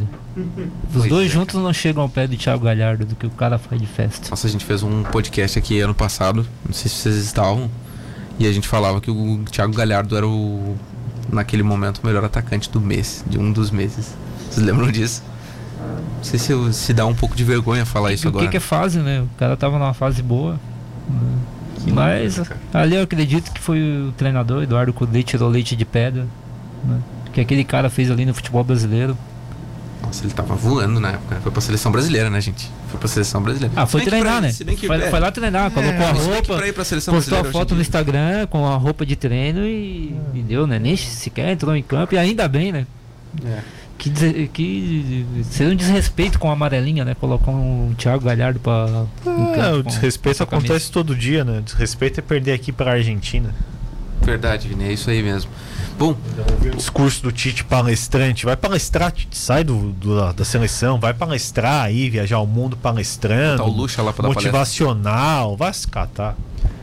Os Pois dois é. juntos não chegam ao pé do Thiago Galhardo, do que o cara faz de festa. Nossa, a gente fez um podcast aqui ano passado, não sei se vocês estavam, e a gente falava que o Thiago Galhardo era o, naquele momento, o melhor atacante do mês, de um dos meses. Vocês lembram disso? Não sei se, eu- se dá um pouco de vergonha falar isso o agora. que, que é fase, né? O cara tava numa fase boa. né? Mas ali eu acredito que foi o treinador, Eduardo Cudê, tirou leite de pedra. Né? Que aquele cara fez ali no futebol brasileiro. Nossa, ele tava voando na época. Foi pra seleção brasileira, né, gente? Foi pra seleção brasileira. Ah, foi treinar, pra, né? Que, foi, é, foi lá treinar, colocou é, a roupa, pra ir pra seleção postou a foto no Instagram com a roupa de treino e, é. e deu, né? Nem sequer entrou em campo e ainda bem, né? É. Que, que seria um desrespeito com a amarelinha, né? Colocar um Thiago Galhardo pra... É, o desrespeito acontece camisa. todo dia, né? O desrespeito é perder aqui pra Argentina. Verdade, Vini, é isso aí mesmo. Bom, o discurso do Tite palestrante, vai palestrar, Tite, sai do, do, da seleção, vai palestrar aí, viajar o mundo palestrando, o luxo lá pra motivacional, vai se catar.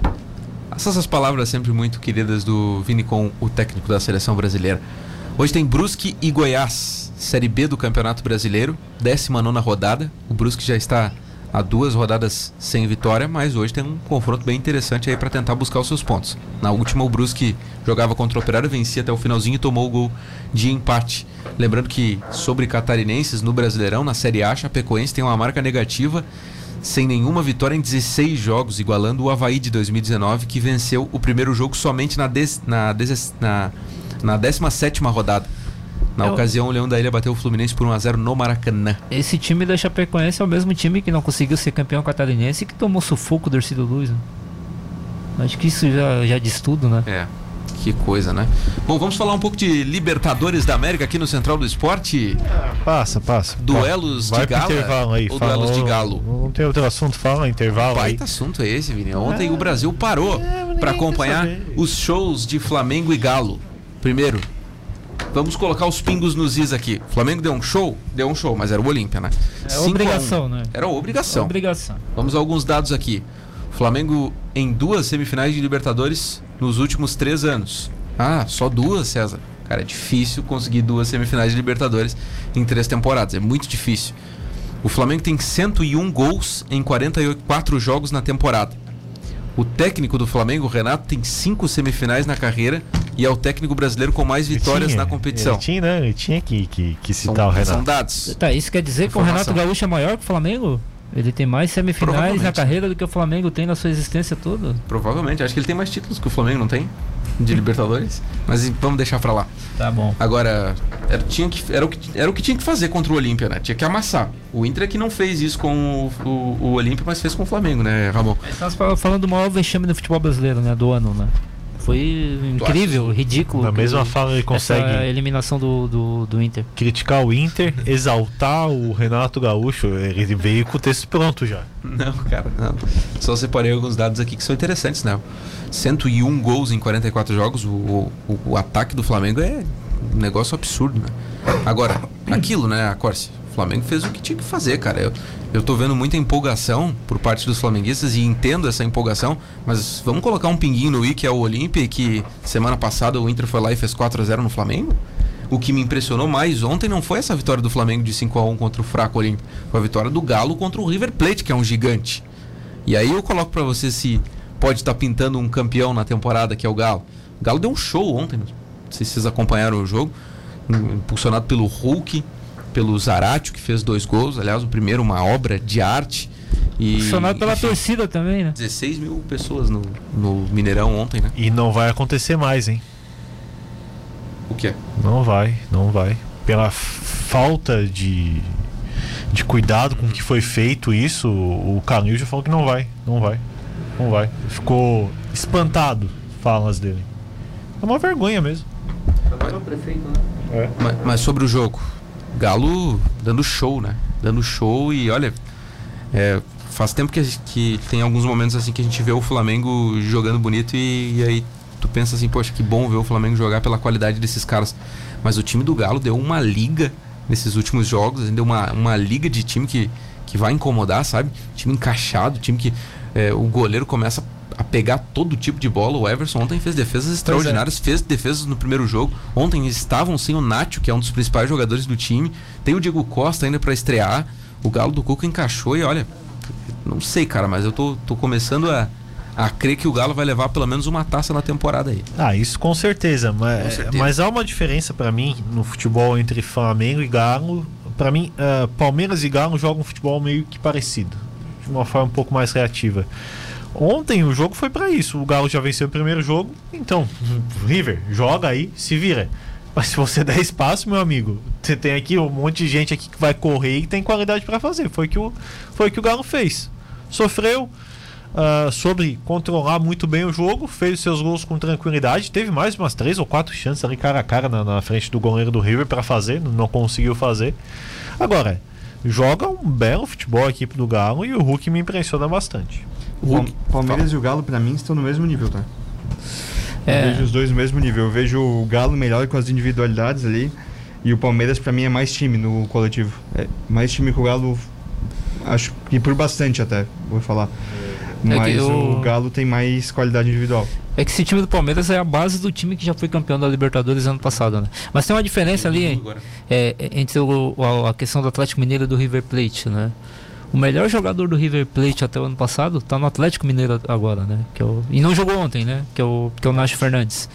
Essas palavras sempre muito queridas do Vini com o técnico da seleção brasileira. Hoje tem Brusque e Goiás, Série B do Campeonato Brasileiro, décima nona rodada. O Brusque já está há duas rodadas sem vitória, mas hoje tem um confronto bem interessante aí para tentar buscar os seus pontos. Na última, o Brusque jogava contra o Operário, vencia até o finalzinho e tomou o gol de empate. Lembrando que sobre catarinenses no Brasileirão, na Série A, a Chapecoense tem uma marca negativa, sem nenhuma vitória em dezesseis jogos, igualando o Avaí de dois mil e dezenove, que venceu o primeiro jogo somente na, des, na, des, na, na décima sétima rodada. Na Eu... ocasião, o Leão da Ilha bateu o Fluminense por um a zero no Maracanã. Esse time da Chapecoense é o mesmo time que não conseguiu ser campeão catarinense e que tomou sufoco do Ercílio Luz, né? Acho que isso já, já diz tudo, né? É, que coisa, né? Bom, vamos falar um pouco de Libertadores da América aqui no Central do Esporte. Ah, passa, passa. Duelos Vai de gala intervalo aí, ou fala, duelos de galo? Não tem outro assunto, fala intervalo aí. Baita assunto é esse, Vini. Ontem é, o Brasil parou é, para acompanhar os shows de Flamengo e Galo. Primeiro, vamos colocar os pingos nos is aqui. O Flamengo deu um show? Deu um show, mas era o Olímpia, né? É obrigação, né? Era obrigação. Obrigação. Vamos a alguns dados aqui. O Flamengo em duas semifinais de Libertadores nos últimos três anos. Ah, só duas, César? Cara, é difícil conseguir duas semifinais de Libertadores em três temporadas. É muito difícil. O Flamengo tem cento e um gols em quarenta e quatro jogos na temporada. O técnico do Flamengo, o Renato, tem cinco semifinais na carreira e é o técnico brasileiro com mais vitórias tinha, na competição. Ele tinha, né? Ele tinha que, que, que citar são, o Renato. São dados. Tá, isso quer dizer que o Renato Gaúcho é maior que o Flamengo? Ele tem mais semifinais na carreira do que o Flamengo tem na sua existência toda? Provavelmente. Acho que ele tem mais títulos que o Flamengo não tem de Libertadores. Mas vamos deixar pra lá. Tá bom. Agora, era, tinha que, era, o que, era o que tinha que fazer contra o Olímpia, né? Tinha que amassar. O Inter é que não fez isso com o, o, o Olímpia, mas fez com o Flamengo, né, Ramon? Estamos falando do maior vexame do futebol brasileiro, né? Do ano, né? Foi incrível, ridículo. Na mesma fala ele consegue a eliminação do, do, do Inter. Criticar o Inter, exaltar o Renato Gaúcho. Ele veio com o texto pronto já. Não, cara, não. Só separei alguns dados aqui que são interessantes, né? cento e um gols em quarenta e quatro jogos. O, o, o ataque do Flamengo é um negócio absurdo, né? Agora, aquilo, né, a Corsi? O Flamengo fez o que tinha que fazer, cara. Eu, eu tô vendo muita empolgação por parte dos flamenguistas e entendo essa empolgação, mas vamos colocar um pinguinho no i, que é o Olímpia, que semana passada o Inter foi lá e fez quatro a zero no Flamengo. O que me impressionou mais ontem não foi essa vitória do Flamengo de cinco a um contra o fraco Olímpia, foi a vitória do Galo contra o River Plate, que é um gigante. E aí eu coloco pra você se pode estar tá pintando um campeão na temporada, que é o Galo. O Galo deu um show ontem, não sei se vocês acompanharam o jogo, impulsionado pelo Hulk, pelo Zaratio, que fez dois gols. Aliás, o primeiro uma obra de arte. E funcionado pela enfim, torcida também, né? dezesseis mil pessoas no, no Mineirão ontem, né? E não vai acontecer mais, hein? O quê? Não vai, não vai. Pela falta de, de cuidado com o que foi feito isso, o Canil já falou que não vai, não vai, não vai. Ficou espantado, falas dele. É uma vergonha mesmo. É o prefeito, né? É. Mas, mas sobre o jogo, Galo dando show, né? Dando show e olha, é, faz tempo que, que tem alguns momentos assim que a gente vê o Flamengo jogando bonito e, e aí tu pensa assim, poxa, que bom ver o Flamengo jogar pela qualidade desses caras. Mas o time do Galo deu uma liga nesses últimos jogos, deu uma, uma liga de time que, que vai incomodar, sabe? Time encaixado, time que é, o goleiro começa a pegar todo tipo de bola. O Everson ontem fez defesas extraordinárias, é. fez defesas no primeiro jogo. Ontem estavam sem o Nacho, que é um dos principais jogadores do time. Tem o Diego Costa ainda para estrear. O Galo do Cuca encaixou e olha, não sei, cara, mas eu tô, tô começando a, a crer que o Galo vai levar pelo menos uma taça na temporada aí. Ah, isso com certeza, mas, com certeza. Mas há uma diferença para mim no futebol entre Flamengo e Galo. Para mim, uh, Palmeiras e Galo jogam futebol meio que parecido, de uma forma um pouco mais reativa. Ontem o jogo foi pra isso. O Galo já venceu o primeiro jogo, então River, joga aí, se vira. Mas se você der espaço, meu amigo, você tem aqui um monte de gente aqui que vai correr e tem qualidade para fazer. Foi que o, foi que o Galo fez. Sofreu, uh, soube controlar muito bem o jogo, fez os seus gols com tranquilidade. Teve mais umas três ou quatro chances ali cara a cara na, na frente do goleiro do River para fazer, não conseguiu fazer. Agora, joga um belo futebol a equipe do Galo e o Hulk me impressiona bastante. O Hulk, Palmeiras Fala. E o Galo, para mim, estão no mesmo nível, tá? É. Eu vejo os dois no mesmo nível. Eu vejo o Galo melhor com as individualidades ali. E o Palmeiras, pra mim, é mais time no coletivo. É mais time que o Galo, acho que por bastante até, vou falar. É Mas eu... o Galo tem mais qualidade individual. É que esse time do Palmeiras é a base do time que já foi campeão da Libertadores ano passado, né? Mas tem uma diferença ali é, entre o, a questão do Atlético Mineiro e do River Plate, né? O melhor jogador do River Plate até o ano passado tá no Atlético Mineiro agora, né? Que é o, e não jogou ontem, né? Que é o, que é o Nacho Fernandes.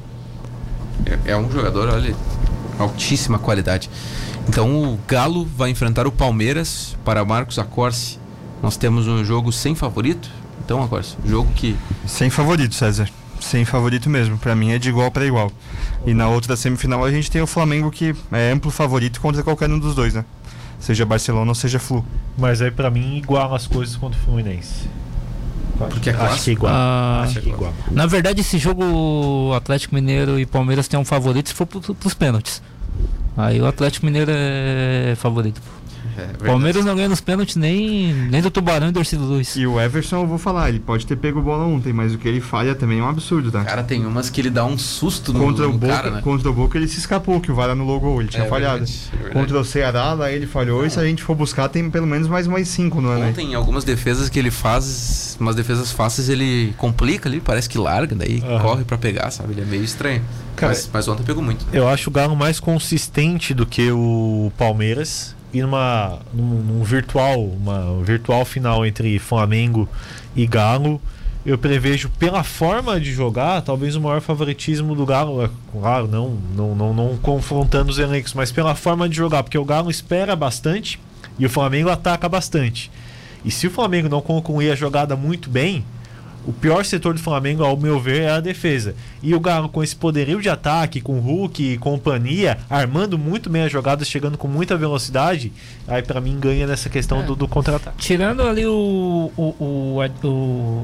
É, é um jogador, olha, altíssima qualidade. Então o Galo vai enfrentar o Palmeiras. Para Marcos Acorce, nós temos um jogo sem favorito. Então, Acorce, jogo que... Sem favorito, César. Sem favorito mesmo. Pra mim é de igual para igual. E na outra semifinal a gente tem o Flamengo, que é amplo favorito contra qualquer um dos dois, né? Seja Barcelona ou seja Flu. Mas aí pra mim iguala as coisas contra o Fluminense. Porque é Acho que é igual. Ah, Acho que é igual. Na verdade, esse jogo Atlético Mineiro e Palmeiras tem um favorito se for pro, pros pênaltis. Aí o Atlético Mineiro é favorito. É, Palmeiras não ganha nos pênaltis nem, nem do Tubarão e do Orcilo Luiz. E o Everson, eu vou falar, ele pode ter pego bola ontem, mas o que ele falha também é um absurdo, tá? Cara, tem umas que ele dá um susto no, contra no o Boca, cara, né? Contra o Boca ele se escapou, que o VAR anulou o gol, ele tinha é, falhado. Verdade, é verdade. Contra o Ceará, lá ele falhou, ah. E se a gente for buscar, tem pelo menos mais mais cinco no ano. Ontem, algumas defesas que ele faz, umas defesas fáceis, ele complica ali, parece que larga, daí ah. corre pra pegar, sabe? Ele é meio estranho. Cara, mas, mas ontem pegou muito. Eu acho o Galo mais consistente do que o Palmeiras. E numa, num, num virtual, uma virtual final entre Flamengo e Galo, eu prevejo pela forma de jogar, talvez o maior favoritismo do Galo, claro, não, não, não, não confrontando os elencos, mas pela forma de jogar, porque o Galo espera bastante e o Flamengo ataca bastante. E se o Flamengo não concluir a jogada muito bem, o pior setor do Flamengo, ao meu ver, é a defesa. E o Galo, com esse poderio de ataque, com o Hulk e companhia, armando muito bem as jogadas, chegando com muita velocidade, aí pra mim ganha nessa questão é. do, do contra-ataque. Tirando ali o, o, o, o,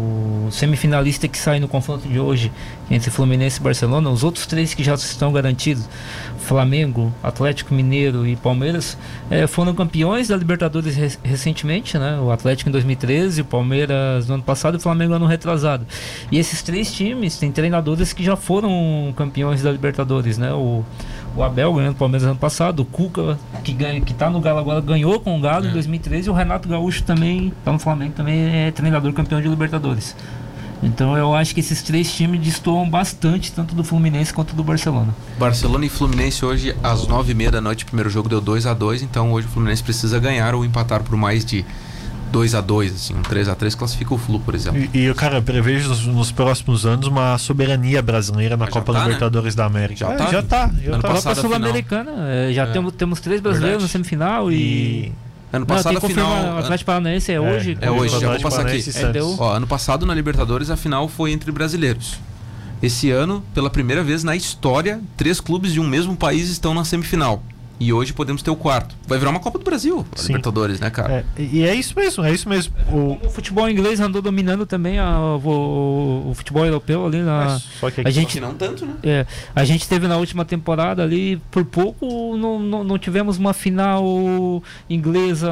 o semifinalista que sai no confronto de hoje entre Fluminense e Barcelona, os outros três que já estão garantidos, Flamengo, Atlético Mineiro e Palmeiras, é, foram campeões da Libertadores re- recentemente, né? O Atlético em dois mil e treze, o Palmeiras no ano passado e o Flamengo no ano retrasado. E esses três times têm treinadores que já foram campeões da Libertadores, né? O, o Abel ganhou o Palmeiras no ano passado, o Cuca, que, ganha, que tá no Galo agora, ganhou com o Galo é. em dois mil e treze, e o Renato Gaúcho também tá no Flamengo, também é treinador campeão de Libertadores. Então eu acho que esses três times destoam bastante, tanto do Fluminense quanto do Barcelona. Barcelona e Fluminense hoje às nove e meia da noite, o primeiro jogo deu dois a dois, então hoje o Fluminense precisa ganhar ou empatar por mais de dois a dois, assim, um três a três classifica o Flu, por exemplo. E, e cara, eu prevejo nos, nos próximos anos uma soberania brasileira na Copa tá, Libertadores, né? Da América. Já é, tá, já tá. Já ano tá. Passado, a Sul-Americana, é, já é. Temos, temos três brasileiros na semifinal e... e... Ano passado não, a final. O Atlético Paranaense é, é hoje. É hoje, já vou passar aqui. É, deu... Ó, ano passado na Libertadores a final foi entre brasileiros. Esse ano, pela primeira vez na história, três clubes de um mesmo país estão na semifinal. E hoje podemos ter o quarto. Vai virar uma Copa do Brasil, a Libertadores, né, cara? É, e é isso mesmo, é isso mesmo. O, o futebol inglês andou dominando também a, o, o futebol europeu ali na. É, só que aqui, a gente só que não tanto, né? É, a gente teve na última temporada ali, por pouco não, não, não tivemos uma final inglesa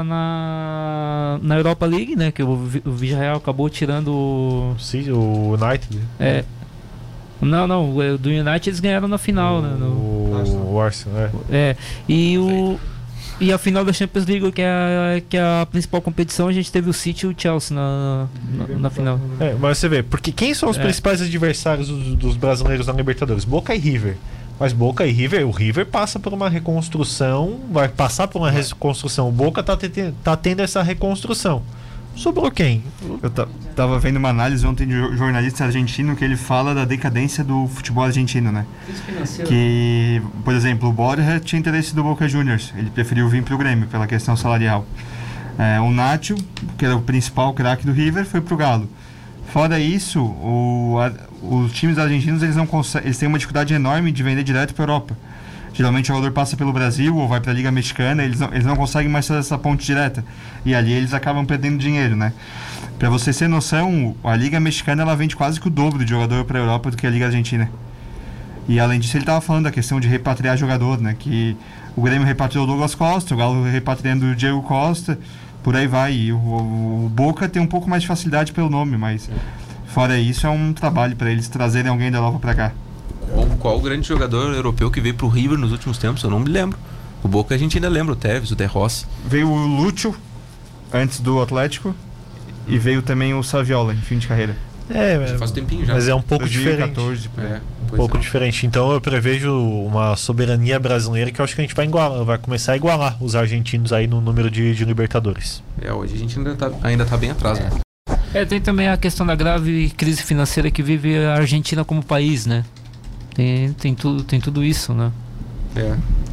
na, na Europa League, né? Que o, o Villarreal acabou tirando. Sim, o United. É. Não, não, do United eles ganharam na final, o, né? No, o Arsenal, é. É, e o e a final da Champions League, que é, a, que é a principal competição, a gente teve o City e o Chelsea na, na, na final. É, mas você vê, porque quem são os é. principais adversários dos, dos brasileiros na Libertadores? Boca e River. Mas Boca e River, o River passa por uma reconstrução, vai passar por uma reconstrução. O Boca tá, te, tá tendo essa reconstrução. Sobrou quem? Eu t- tava vendo uma análise ontem de um jornalista argentino que ele fala da decadência do futebol argentino, né? Que, por exemplo, o Borja tinha interesse do Boca Juniors, ele preferiu vir pro Grêmio pela questão salarial. É, o Nacho, que era o principal craque do River, foi pro Galo. Fora isso, o, a, os times argentinos eles não conseguem, eles têm uma dificuldade enorme de vender direto para a Europa. Geralmente o jogador passa pelo Brasil ou vai para a Liga Mexicana, eles não, eles não conseguem mais fazer essa ponte direta. E ali eles acabam perdendo dinheiro, né? Para você ter noção, a Liga Mexicana ela vende quase que o dobro de jogador para a Europa do que a Liga Argentina. E além disso ele estava falando da questão de repatriar jogador, né? Que o Grêmio repatriou o Douglas Costa, o Galo repatriando o Diego Costa, por aí vai. E o, o Boca tem um pouco mais de facilidade pelo nome, mas fora isso é um trabalho para eles trazerem alguém da Europa para cá. Qual, qual o grande jogador europeu que veio pro River nos últimos tempos? Eu não me lembro. O Boca a gente ainda lembra, o Tevez, o De Rossi. Veio o Lúcio, antes do Atlético, e veio também o Saviola, em fim de carreira. É, já faz tempinho já. Mas é um pouco dois mil e quatorze, diferente. É, um pouco é. diferente. Então eu prevejo uma soberania brasileira que eu acho que a gente vai, igualar, vai começar a igualar os argentinos aí no número de, de Libertadores. É, hoje a gente ainda tá, ainda tá bem atrás, né? É, tem também a questão da grave crise financeira que vive a Argentina como país, né? Tem, tem, tudo, tem tudo isso, né? É.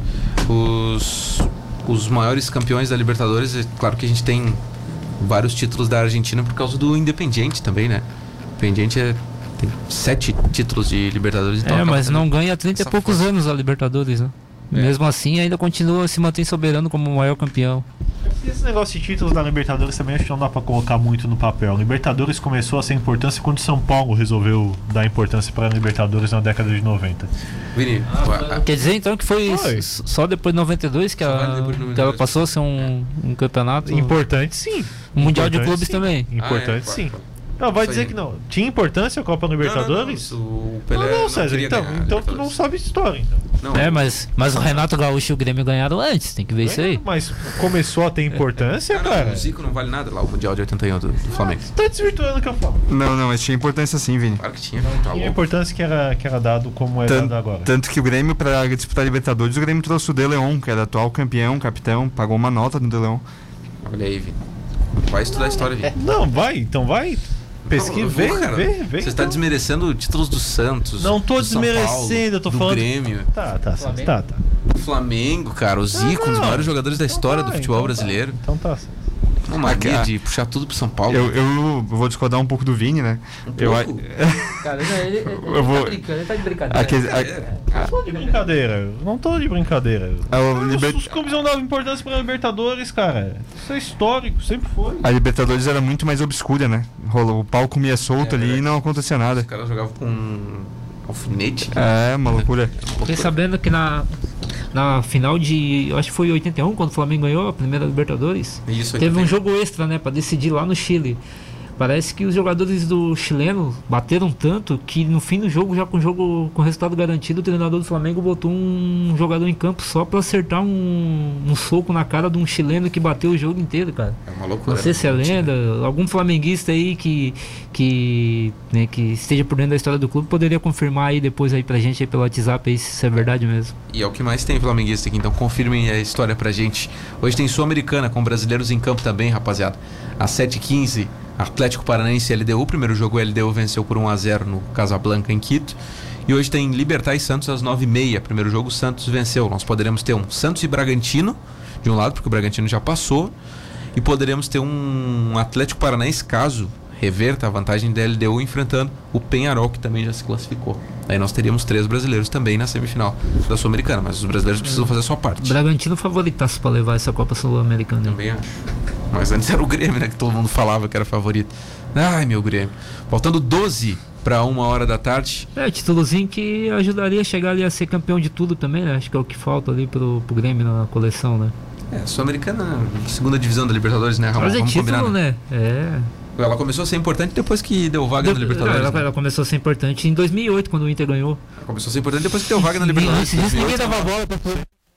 Os, os maiores campeões da Libertadores, é claro que a gente tem vários títulos da Argentina por causa do Independiente também, né? O Independiente é, tem sete títulos de Libertadores. Então é, mas não ganha há trinta e poucos força. anos a Libertadores, né? É. Mesmo assim, ainda continua, se mantém soberano como o maior campeão. Esse negócio de títulos da Libertadores também acho que não dá pra colocar muito no papel. Libertadores começou a ser importância quando São Paulo resolveu dar importância para a Libertadores na década de noventa. Vini, ah, quer dizer então que foi, foi. só depois de noventa e dois que, ela, noventa e dois. Que ela passou a ser um, um campeonato importante, sim. Um mundial de clubes sim. também. Importante, ah, é, sim. Claro. Não, vai dizer que não. Tinha importância a Copa Libertadores? Não, não, não. O Pelé não, não César, não então, então tu não sabe história, então. Não. É, mas, mas o Renato Gaúcho e o Grêmio ganharam antes, tem que ver é, isso aí. Mas começou a ter importância, não, cara. Não, o Zico não vale nada lá, o Mundial de oitenta e um do, do Flamengo. Ah, tá desvirtuando o que eu falo. Não, não, mas tinha importância sim, Vini. Claro que tinha. Não, tá tinha a importância que era, que era dado como é tanto, dado agora. Tanto que o Grêmio, pra disputar a Libertadores, o Grêmio trouxe o De Leon, que era atual campeão, capitão, pagou uma nota no De Leon. Olha aí, Vini. Vai estudar a história, Vini. Não, vai, então vai. Pesquisa, vê, vê, vê. Você está então. desmerecendo títulos do Santos. Não tô do desmerecendo, Paulo, eu tô do falando. Grêmio. Tá, tá, Flamengo. tá, tá. Flamengo, cara, o Zico, ah, um dos maiores jogadores da história então do futebol então brasileiro. Tá, então tá. Uma mania de puxar tudo pro São Paulo. Eu, eu vou discordar um pouco do Vini, né? Um eu, cara, ele, ele, ele, eu vou... tá brincando, ele tá de brincadeira. Aquele, a... Eu não tô de brincadeira, não tô de brincadeira. Ah, liber... Os, os clubes não davam importância pra Libertadores, cara. Isso é histórico, sempre foi. A Libertadores era muito mais obscura, né? O pau comia solto é, ali é. e não acontecia nada. Os caras jogavam com alfinete. É, uma loucura. Fiquei sabendo que na... Na final de, eu acho que foi oitenta e um, quando o Flamengo ganhou a primeira Libertadores. Isso, teve um jogo extra, né, pra decidir lá no Chile. Parece que os jogadores do chileno bateram tanto que no fim do jogo, já com o jogo com resultado garantido, o treinador do Flamengo botou um jogador em campo só pra acertar um, um soco na cara de um chileno que bateu o jogo inteiro, cara. É uma loucura. Não sei se é lenda, algum flamenguista aí que, que, né, que esteja por dentro da história do clube poderia confirmar aí depois aí pra gente aí pelo WhatsApp aí, se isso é verdade mesmo. E é o que mais tem flamenguista aqui, então confirmem a história pra gente. Hoje tem Sul-Americana com brasileiros em campo também, rapaziada. Às sete e quinze, Atlético Paranaense e L D U. Primeiro jogo, o L D U venceu por um a zero no Casablanca, em Quito. E hoje tem Libertad e Santos às nove e meia. Primeiro jogo, o Santos venceu. Nós poderemos ter um Santos e Bragantino, de um lado, porque o Bragantino já passou. E poderemos ter um Atlético Paranaense, caso reverta a vantagem da L D U, enfrentando o Peñarol, que também já se classificou. Aí nós teríamos três brasileiros também na semifinal da Sul-Americana, mas os brasileiros precisam fazer a sua parte. Bragantino favoritaço para levar essa Copa Sul-Americana. Também acho. Mas antes era o Grêmio, né, que todo mundo falava que era favorito. Ai, meu Grêmio. Faltando doze para uma hora da tarde. É, títulozinho que ajudaria a chegar ali a ser campeão de tudo também, né? Acho que é o que falta ali pro, pro Grêmio na coleção, né? É, Sul-Americana, segunda divisão da Libertadores, né, Ramon? Mas é Vamos título, combinar, né? É. Ela começou a ser importante depois que deu vaga deu, na Libertadores. Ela, né? ela começou a ser importante em dois mil e oito, quando o Inter ganhou. Ela começou a ser importante depois que deu vaga na Libertadores. Isso, ninguém dava bola pra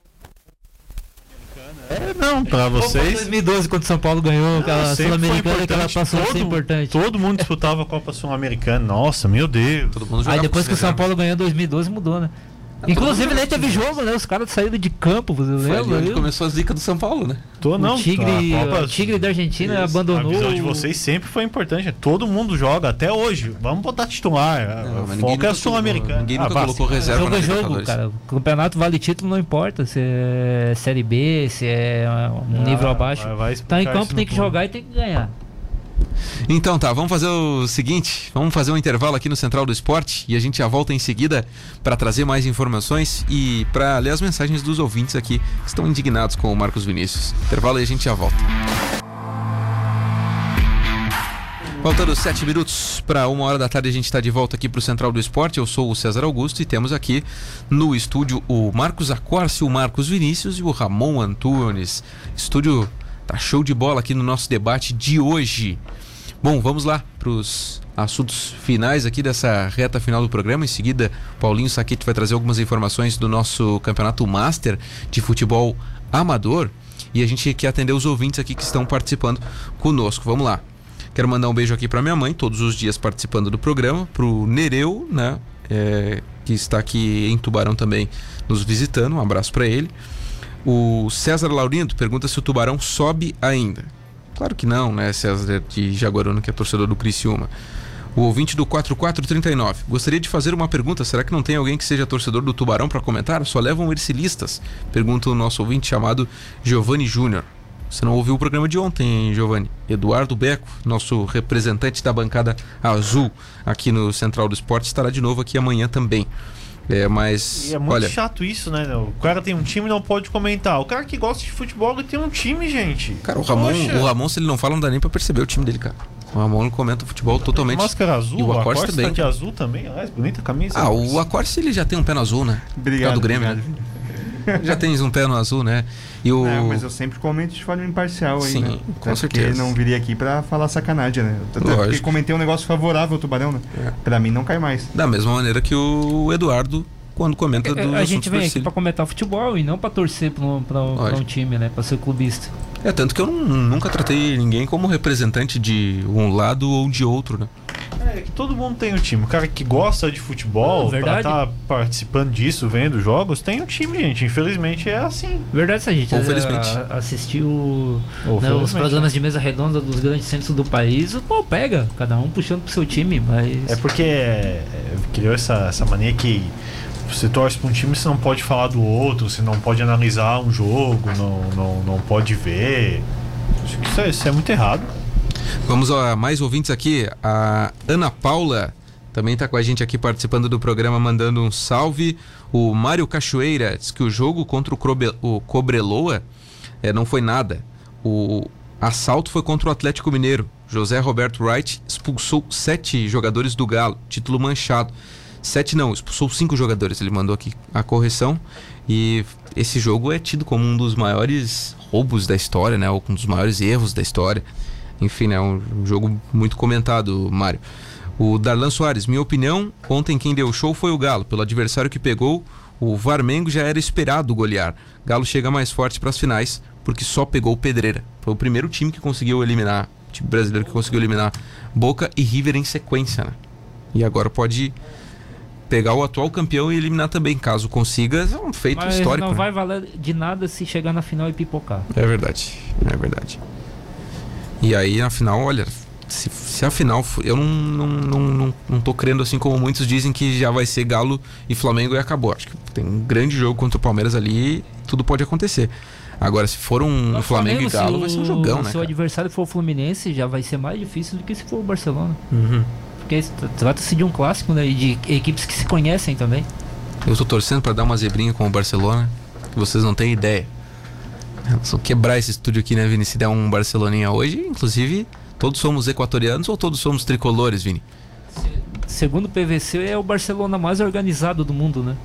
É, não, pra vocês. dois mil e doze, quando São Paulo ganhou aquela Sul-Americana, que ela passou todo, a ser importante. Todo mundo disputava a Copa Sul-Americana. Nossa, meu Deus. Todo mundo Aí depois que o São Paulo ganhou em dois mil e doze, mudou, né? Ah, inclusive nem teve jogo, né? Os caras saíram de campo, você lembra? Foi começou a zica do São Paulo, né? Tô, não, o Tigre, Copa... o Tigre da Argentina Isso. abandonou. A visão de vocês sempre foi importante. Todo mundo joga, até hoje. Vamos botar titular. Não, o foco é a Sul-Americana. Ninguém nunca ah, colocou reserva jogo na é jogo, cara. O campeonato vale título, não importa se é Série B, se é um ah, nível abaixo. Vai, vai tá em campo, tem que jogar e tem que ganhar. Então tá, vamos fazer o seguinte, vamos fazer um intervalo aqui no Central do Esporte e a gente já volta em seguida para trazer mais informações e para ler as mensagens dos ouvintes aqui que estão indignados com o Marcos Vinícius. Intervalo e a gente já volta. Faltando sete minutos para uma hora da tarde, a gente está de volta aqui para o Central do Esporte. Eu sou o César Augusto e temos aqui no estúdio o Marcos Acorce, o Marcos Vinícius e o Ramon Antunes. Estúdio tá show de bola aqui no nosso debate de hoje. Bom, vamos lá para os assuntos finais aqui dessa reta final do programa. Em seguida, Paulinho Saquete vai trazer algumas informações do nosso campeonato Master de futebol amador. E a gente quer atender os ouvintes aqui que estão participando conosco. Vamos lá. Quero mandar um beijo aqui para minha mãe, todos os dias participando do programa. Pro Nereu, né? É, que está aqui em Tubarão também nos visitando. Um abraço para ele. O César Laurindo pergunta se o Tubarão sobe ainda. Claro que não, né, César de Jaguaruna, que é torcedor do Criciúma. O ouvinte do quatro quatro três nove. Gostaria de fazer uma pergunta. Será que não tem alguém que seja torcedor do Tubarão para comentar? Só levam ercilistas? Pergunta o nosso ouvinte chamado Giovanni Júnior. Você não ouviu o programa de ontem, Giovanni? Eduardo Beco, nosso representante da bancada azul aqui no Central do Esporte, estará de novo aqui amanhã também. É, mas, e é muito olha... chato isso, né? O cara tem um time e não pode comentar. O cara que gosta de futebol, ele tem um time, gente. Cara, o Ramon, o Ramon, se ele não fala, não dá nem pra perceber o time dele, cara. O Ramon não comenta o futebol totalmente. Máscara azul, e o Acorce também. Tá de azul também, aliás, bonita camisa. Ah, o Acorce ele já tem um pé no azul, né? Obrigado, do Grêmio, obrigado. Né? Já tens um pé no azul, né? E o... Não, mas eu sempre comento de forma imparcial aí, Sim, né? com Até certeza. Porque não viria aqui pra falar sacanagem, né? Até Lógico. porque comentei um negócio favorável ao Tubarão, né? É. Pra mim não cai mais. Da mesma maneira que o Eduardo, quando comenta do A gente vem aqui pra comentar futebol e não pra torcer pra um, pra, pra um time, né? Pra ser clubista. É, tanto que eu não, nunca tratei ninguém como representante de um lado ou de outro, né? É que todo mundo tem um time. O cara que gosta de futebol, não, pra estar tá participando disso, vendo jogos, tem um time, gente. Infelizmente é assim. Verdade, se a gente ou felizmente. A, assistiu né, os programas de mesa redonda dos grandes centros do país, pô, pega, cada um puxando pro seu time, mas... É porque é, criou essa, essa mania que você torce para um time, você não pode falar do outro, você não pode analisar um jogo, não, não, não pode ver. Acho que isso é, isso é muito errado. Vamos a mais ouvintes aqui. A Ana Paula também está com a gente aqui participando do programa, mandando um salve. O Mário Cachoeira diz que o jogo contra o, Crobe, o Cobreloa é, não foi nada. O assalto foi contra o Atlético Mineiro. José Roberto Wright expulsou sete jogadores do Galo, título manchado. Sete não, expulsou cinco jogadores. Ele mandou aqui a correção. E esse jogo é tido como um dos maiores roubos da história, né? Ou um dos maiores erros da história. Enfim, é um jogo muito comentado, Mário. O Darlan Soares, minha opinião, ontem quem deu show foi o Galo. Pelo adversário que pegou, o Varmengo já era esperado golear. Galo chega mais forte para as finais, porque só pegou o Pedreira. Foi o primeiro time que conseguiu eliminar, o time brasileiro que conseguiu eliminar Boca e River em sequência, né? E agora pode pegar o atual campeão e eliminar também, caso consiga. É um feito Mas histórico. Não né? vai valer de nada se chegar na final e pipocar. É verdade, é verdade. E aí, na final, olha, se, se a final for, eu não, não, não, não, não tô crendo assim como muitos dizem que já vai ser Galo e Flamengo e acabou. Acho que tem um grande jogo contra o Palmeiras ali, tudo pode acontecer. Agora, se for um o Flamengo, Flamengo e Galo, o, vai ser um jogão, né? Se o adversário for o Fluminense, já vai ser mais difícil do que se for o Barcelona. Uhum. Porque trata-se de um clássico, né? E de equipes que se conhecem também. Eu tô torcendo pra dar uma zebrinha com o Barcelona, que vocês não têm ideia. Só quebrar esse estúdio aqui, né, Vini? Se der um Barceloninha hoje, inclusive, todos somos equatorianos ou todos somos tricolores, Vini? Segundo o P V C, é o Barcelona mais organizado do mundo, né?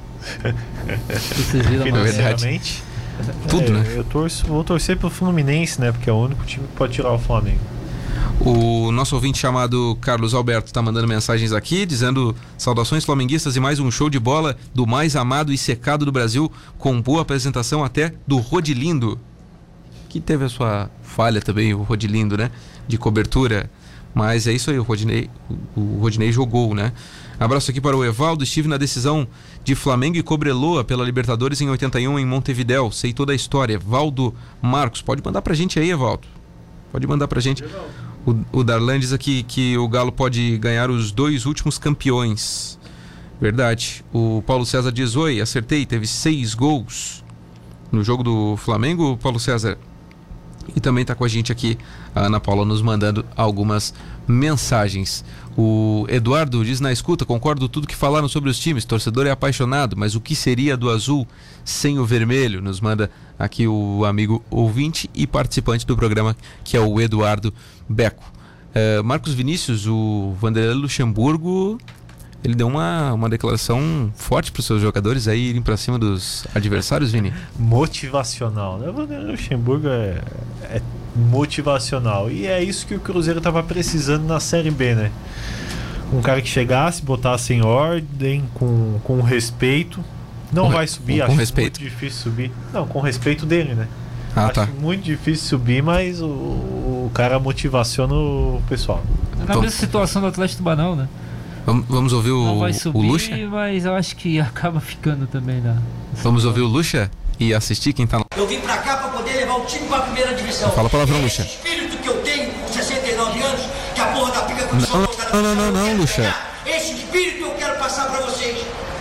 Vocês viram, financeiramente. Tudo, é, né? Eu torço, vou torcer pro Fluminense, né? Porque é o único time que pode tirar o Flamengo. O nosso ouvinte chamado Carlos Alberto está mandando mensagens aqui, dizendo: saudações flamenguistas e mais um show de bola do mais amado e secado do Brasil, com boa apresentação até do Rodilindo, que teve a sua falha também, o Rodilindo, né? De cobertura. Mas é isso aí, o Rodinei, o Rodinei jogou, né? Abraço aqui para o Evaldo. Estive na decisão de Flamengo e Cobreloa pela Libertadores em oitenta e um em Montevidéu. Sei toda a história. Evaldo Marcos, pode mandar pra gente aí, Evaldo. Pode mandar pra gente. O, o Darlan diz aqui que o Galo pode ganhar os dois últimos campeões. Verdade. O Paulo César diz: oi, acertei, teve seis gols no jogo do Flamengo, Paulo César. E também está com a gente aqui a Ana Paula nos mandando algumas mensagens. O Eduardo diz na escuta: concordo tudo que falaram sobre os times, torcedor é apaixonado, mas o que seria do azul sem o vermelho? Nos manda aqui o amigo ouvinte e participante do programa, que é o Eduardo Beco. uh, Marcos Vinícius, o Vanderlei Luxemburgo, ele deu uma, uma declaração forte para os seus jogadores aí irem para cima dos adversários, Vini. Motivacional, né? O Vanderlei Luxemburgo é, é motivacional, e é isso que o Cruzeiro estava precisando na Série B, né? Um cara que chegasse, botasse em ordem, com, com respeito. Não com vai subir, com, acho com respeito. Muito difícil subir. Não, com respeito dele, né? Ah, acho tá. muito difícil subir, mas o, o cara motivaciona o pessoal. Na mesma situação do Atlético Tubarão, né? Vamos, vamos ouvir o, não vai subir, o Lucha? Mas eu acho que acaba ficando também, né? Vamos ouvir o Lucha e assistir quem tá lá. Eu vim pra cá pra poder levar o time pra primeira divisão. Fala a palavra, Lucha. Esse espírito que eu tenho com sessenta e nove anos, que a porra da pica com o Não, não, não, não, Lucha. Esse espírito eu quero passar pra vocês.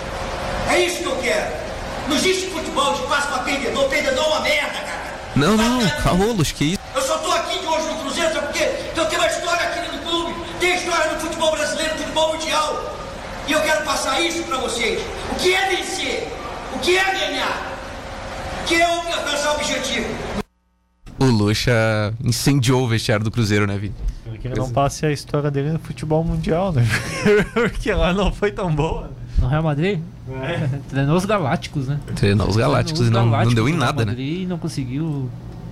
É isso que eu quero. Não existe futebol de passo pra perdedor. Perdedor é uma merda, cara. Não, não, calma, Lucha, que isso? Eu só tô aqui de hoje no Cruzeiro, sabe por quê? Porque eu tenho uma história aqui no clube. Tem história no futebol brasileiro, no futebol mundial. E eu quero passar isso pra vocês. O que é vencer? O que é ganhar? O que é alcançar o objetivo? O Lucha incendiou o vestiário do Cruzeiro, né, Vini? Que ele não passe a história dele no futebol mundial, né? Porque lá não foi tão boa. No Real Madrid? É. Treinou os Galácticos, né? Treinou os Galácticos e não, não deu em nada, né? E não conseguiu.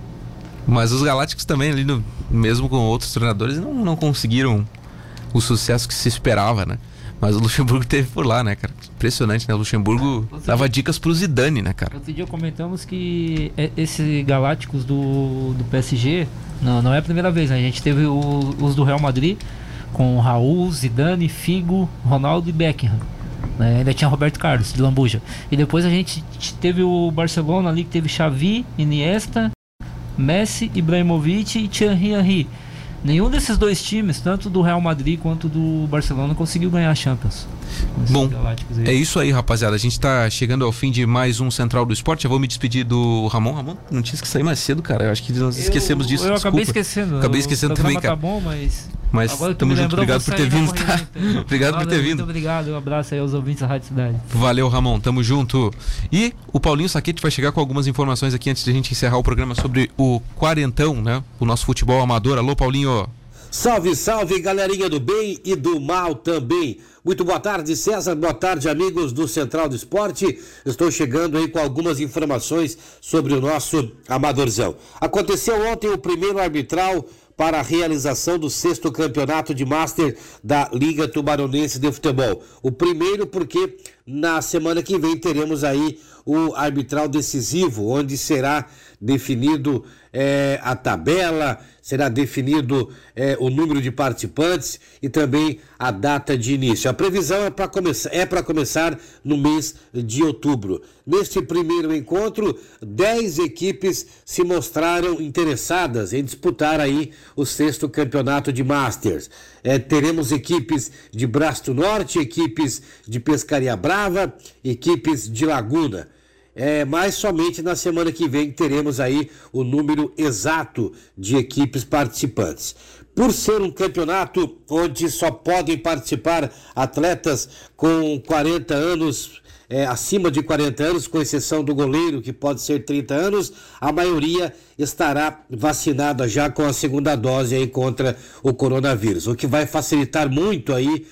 Mas os Galácticos também, ali no, mesmo com outros treinadores, não, não conseguiram o sucesso que se esperava, né? Mas o Luxemburgo teve por lá, né, cara? Impressionante, né? O Luxemburgo é, dava dia... dicas pro Zidane, né, cara? Outro dia comentamos que esse Galácticos do, do P S G não, não é a primeira vez, né? A gente teve o, os do Real Madrid com Raul, Zidane, Figo, Ronaldo e Beckham. Né? Ainda tinha Roberto Carlos, de Lambuja. E depois a gente teve o Barcelona ali, que teve Xavi, Iniesta, Messi, Ibrahimovic e Thierry Henry. Nenhum desses dois times, tanto do Real Madrid quanto do Barcelona, conseguiu ganhar a Champions. Bom, é isso aí, rapaziada. A gente tá chegando ao fim de mais um Central do Esporte. Já vou me despedir do Ramon. Ramon, não tinha que sair mais cedo, cara. Eu acho que nós esquecemos eu, disso. Eu Desculpa. acabei esquecendo. Acabei esquecendo também, cara. Tá bom, mas... Mas agora tamo junto, lembrou, obrigado por ter vindo, tá? Obrigado Valeu, por ter vindo. Muito obrigado, um abraço aí aos ouvintes da Rádio Cidade. Valeu, Ramon, tamo junto. E o Paulinho Saquete vai chegar com algumas informações aqui antes de a gente encerrar o programa sobre o quarentão, né? O nosso futebol amador. Alô, Paulinho. Salve, salve, galerinha do bem e do mal também. Muito boa tarde, César, boa tarde, amigos do Central do Esporte. Estou chegando aí com algumas informações sobre o nosso amadorzão. Aconteceu ontem o primeiro arbitral para a realização do sexto campeonato de Master da Liga Tubaronense de Futebol. O primeiro porque na semana que vem teremos aí o arbitral decisivo, onde será definido é, a tabela, será definido é, o número de participantes e também a data de início. A previsão é para começar, é para começar no mês de outubro. Neste primeiro encontro, dez equipes se mostraram interessadas em disputar aí o sexto campeonato de Masters. É, teremos equipes de Braço Norte, equipes de Pescaria Brava, equipes de Laguna. É, mas somente na semana que vem teremos aí o número exato de equipes participantes. Por ser um campeonato onde só podem participar atletas com quarenta anos, é, acima de quarenta anos, com exceção do goleiro, que pode ser trinta anos, a maioria estará vacinada já com a segunda dose aí contra o coronavírus, o que vai facilitar muito aí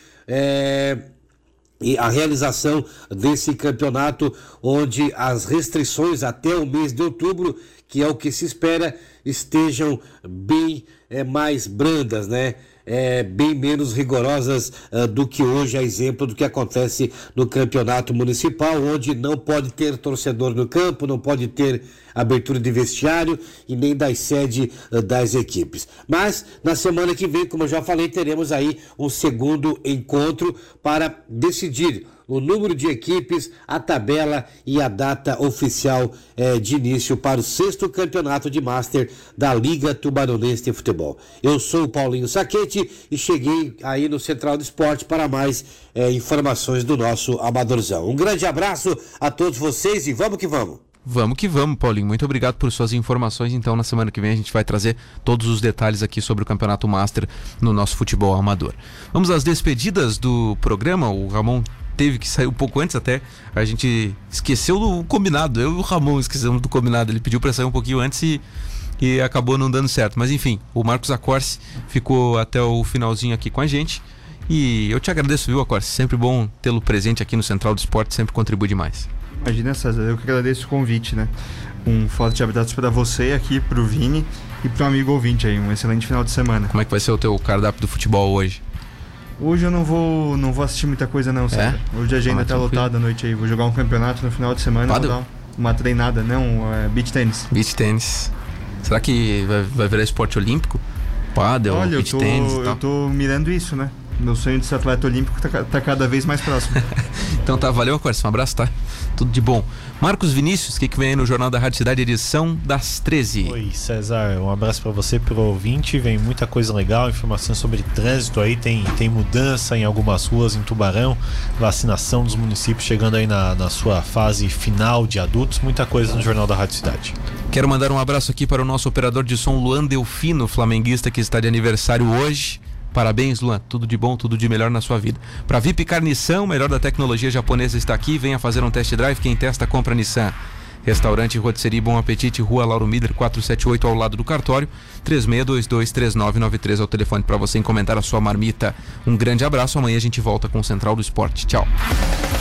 é, e a realização desse campeonato, onde as restrições até o mês de outubro, que é o que se espera, estejam bem é, mais brandas, né? É, bem menos rigorosas uh, do que hoje, a exemplo do que acontece no campeonato municipal, onde não pode ter torcedor no campo, não pode ter abertura de vestiário e nem das sede uh, das equipes. Mas na semana que vem, como eu já falei, teremos aí um segundo encontro para decidir o número de equipes, a tabela e a data oficial eh, de início para o sexto campeonato de Master da Liga Tubaronense de Futebol. Eu sou o Paulinho Saquete e cheguei aí no Central do Esporte para mais eh, informações do nosso amadorzão. Um grande abraço a todos vocês e vamos que vamos! Vamos que vamos, Paulinho. Muito obrigado por suas informações. Então, na semana que vem a gente vai trazer todos os detalhes aqui sobre o Campeonato Master no nosso futebol amador. Vamos às despedidas do programa. O Ramon teve que sair um pouco antes até. A gente esqueceu do combinado. Eu e o Ramon esquecemos do combinado. Ele pediu para sair um pouquinho antes e, e acabou não dando certo. Mas enfim, o Marcos Acorce ficou até o finalzinho aqui com a gente. E eu te agradeço, viu, Acorce? Sempre bom tê-lo presente aqui no Central do Esporte. Sempre contribui demais. Imagina, César, eu que agradeço o convite, né? Um forte abraço para você aqui, pro Vini e pro amigo ouvinte aí. Um excelente final de semana. Como é que vai ser o teu cardápio do futebol hoje? Hoje eu não vou, não vou assistir muita coisa não, César. É? Hoje a agenda ah, tá lotada à noite aí. Vou jogar um campeonato no final de semana. Vou dar uma treinada, não, é beach tênis. Beach tênis. Será que vai, vai virar esporte olímpico? Pádel, Olha, beach eu tô, tênis e tal? eu tô mirando isso, né? Meu sonho de ser atleta olímpico tá, tá cada vez mais próximo. Então tá, valeu, Acorce. Um abraço, tá? Tudo de bom. Marcos Vinícius, o que, que vem aí no Jornal da Rádio Cidade, edição das treze? Oi, César. Um abraço pra você, pro ouvinte. Vem muita coisa legal, informações sobre trânsito aí. Tem, tem mudança em algumas ruas em Tubarão. Vacinação dos municípios chegando aí na, na sua fase final de adultos. Muita coisa no Jornal da Rádio Cidade. Quero mandar um abraço aqui para o nosso operador de som, Luan Delfino, flamenguista, que está de aniversário hoje. Parabéns, Luan, tudo de bom, tudo de melhor na sua vida. Para V I P Car Nissan, o melhor da tecnologia japonesa está aqui. Venha fazer um test drive, quem testa compra Nissan. Restaurante Rotisserie Bom Apetite, Rua Lauro Miller quatrocentos e setenta e oito, ao lado do cartório. Três seis dois dois, três nove nove três é o telefone para você encomendar a sua marmita. Um grande abraço, amanhã a gente volta com o Central do Esporte. Tchau.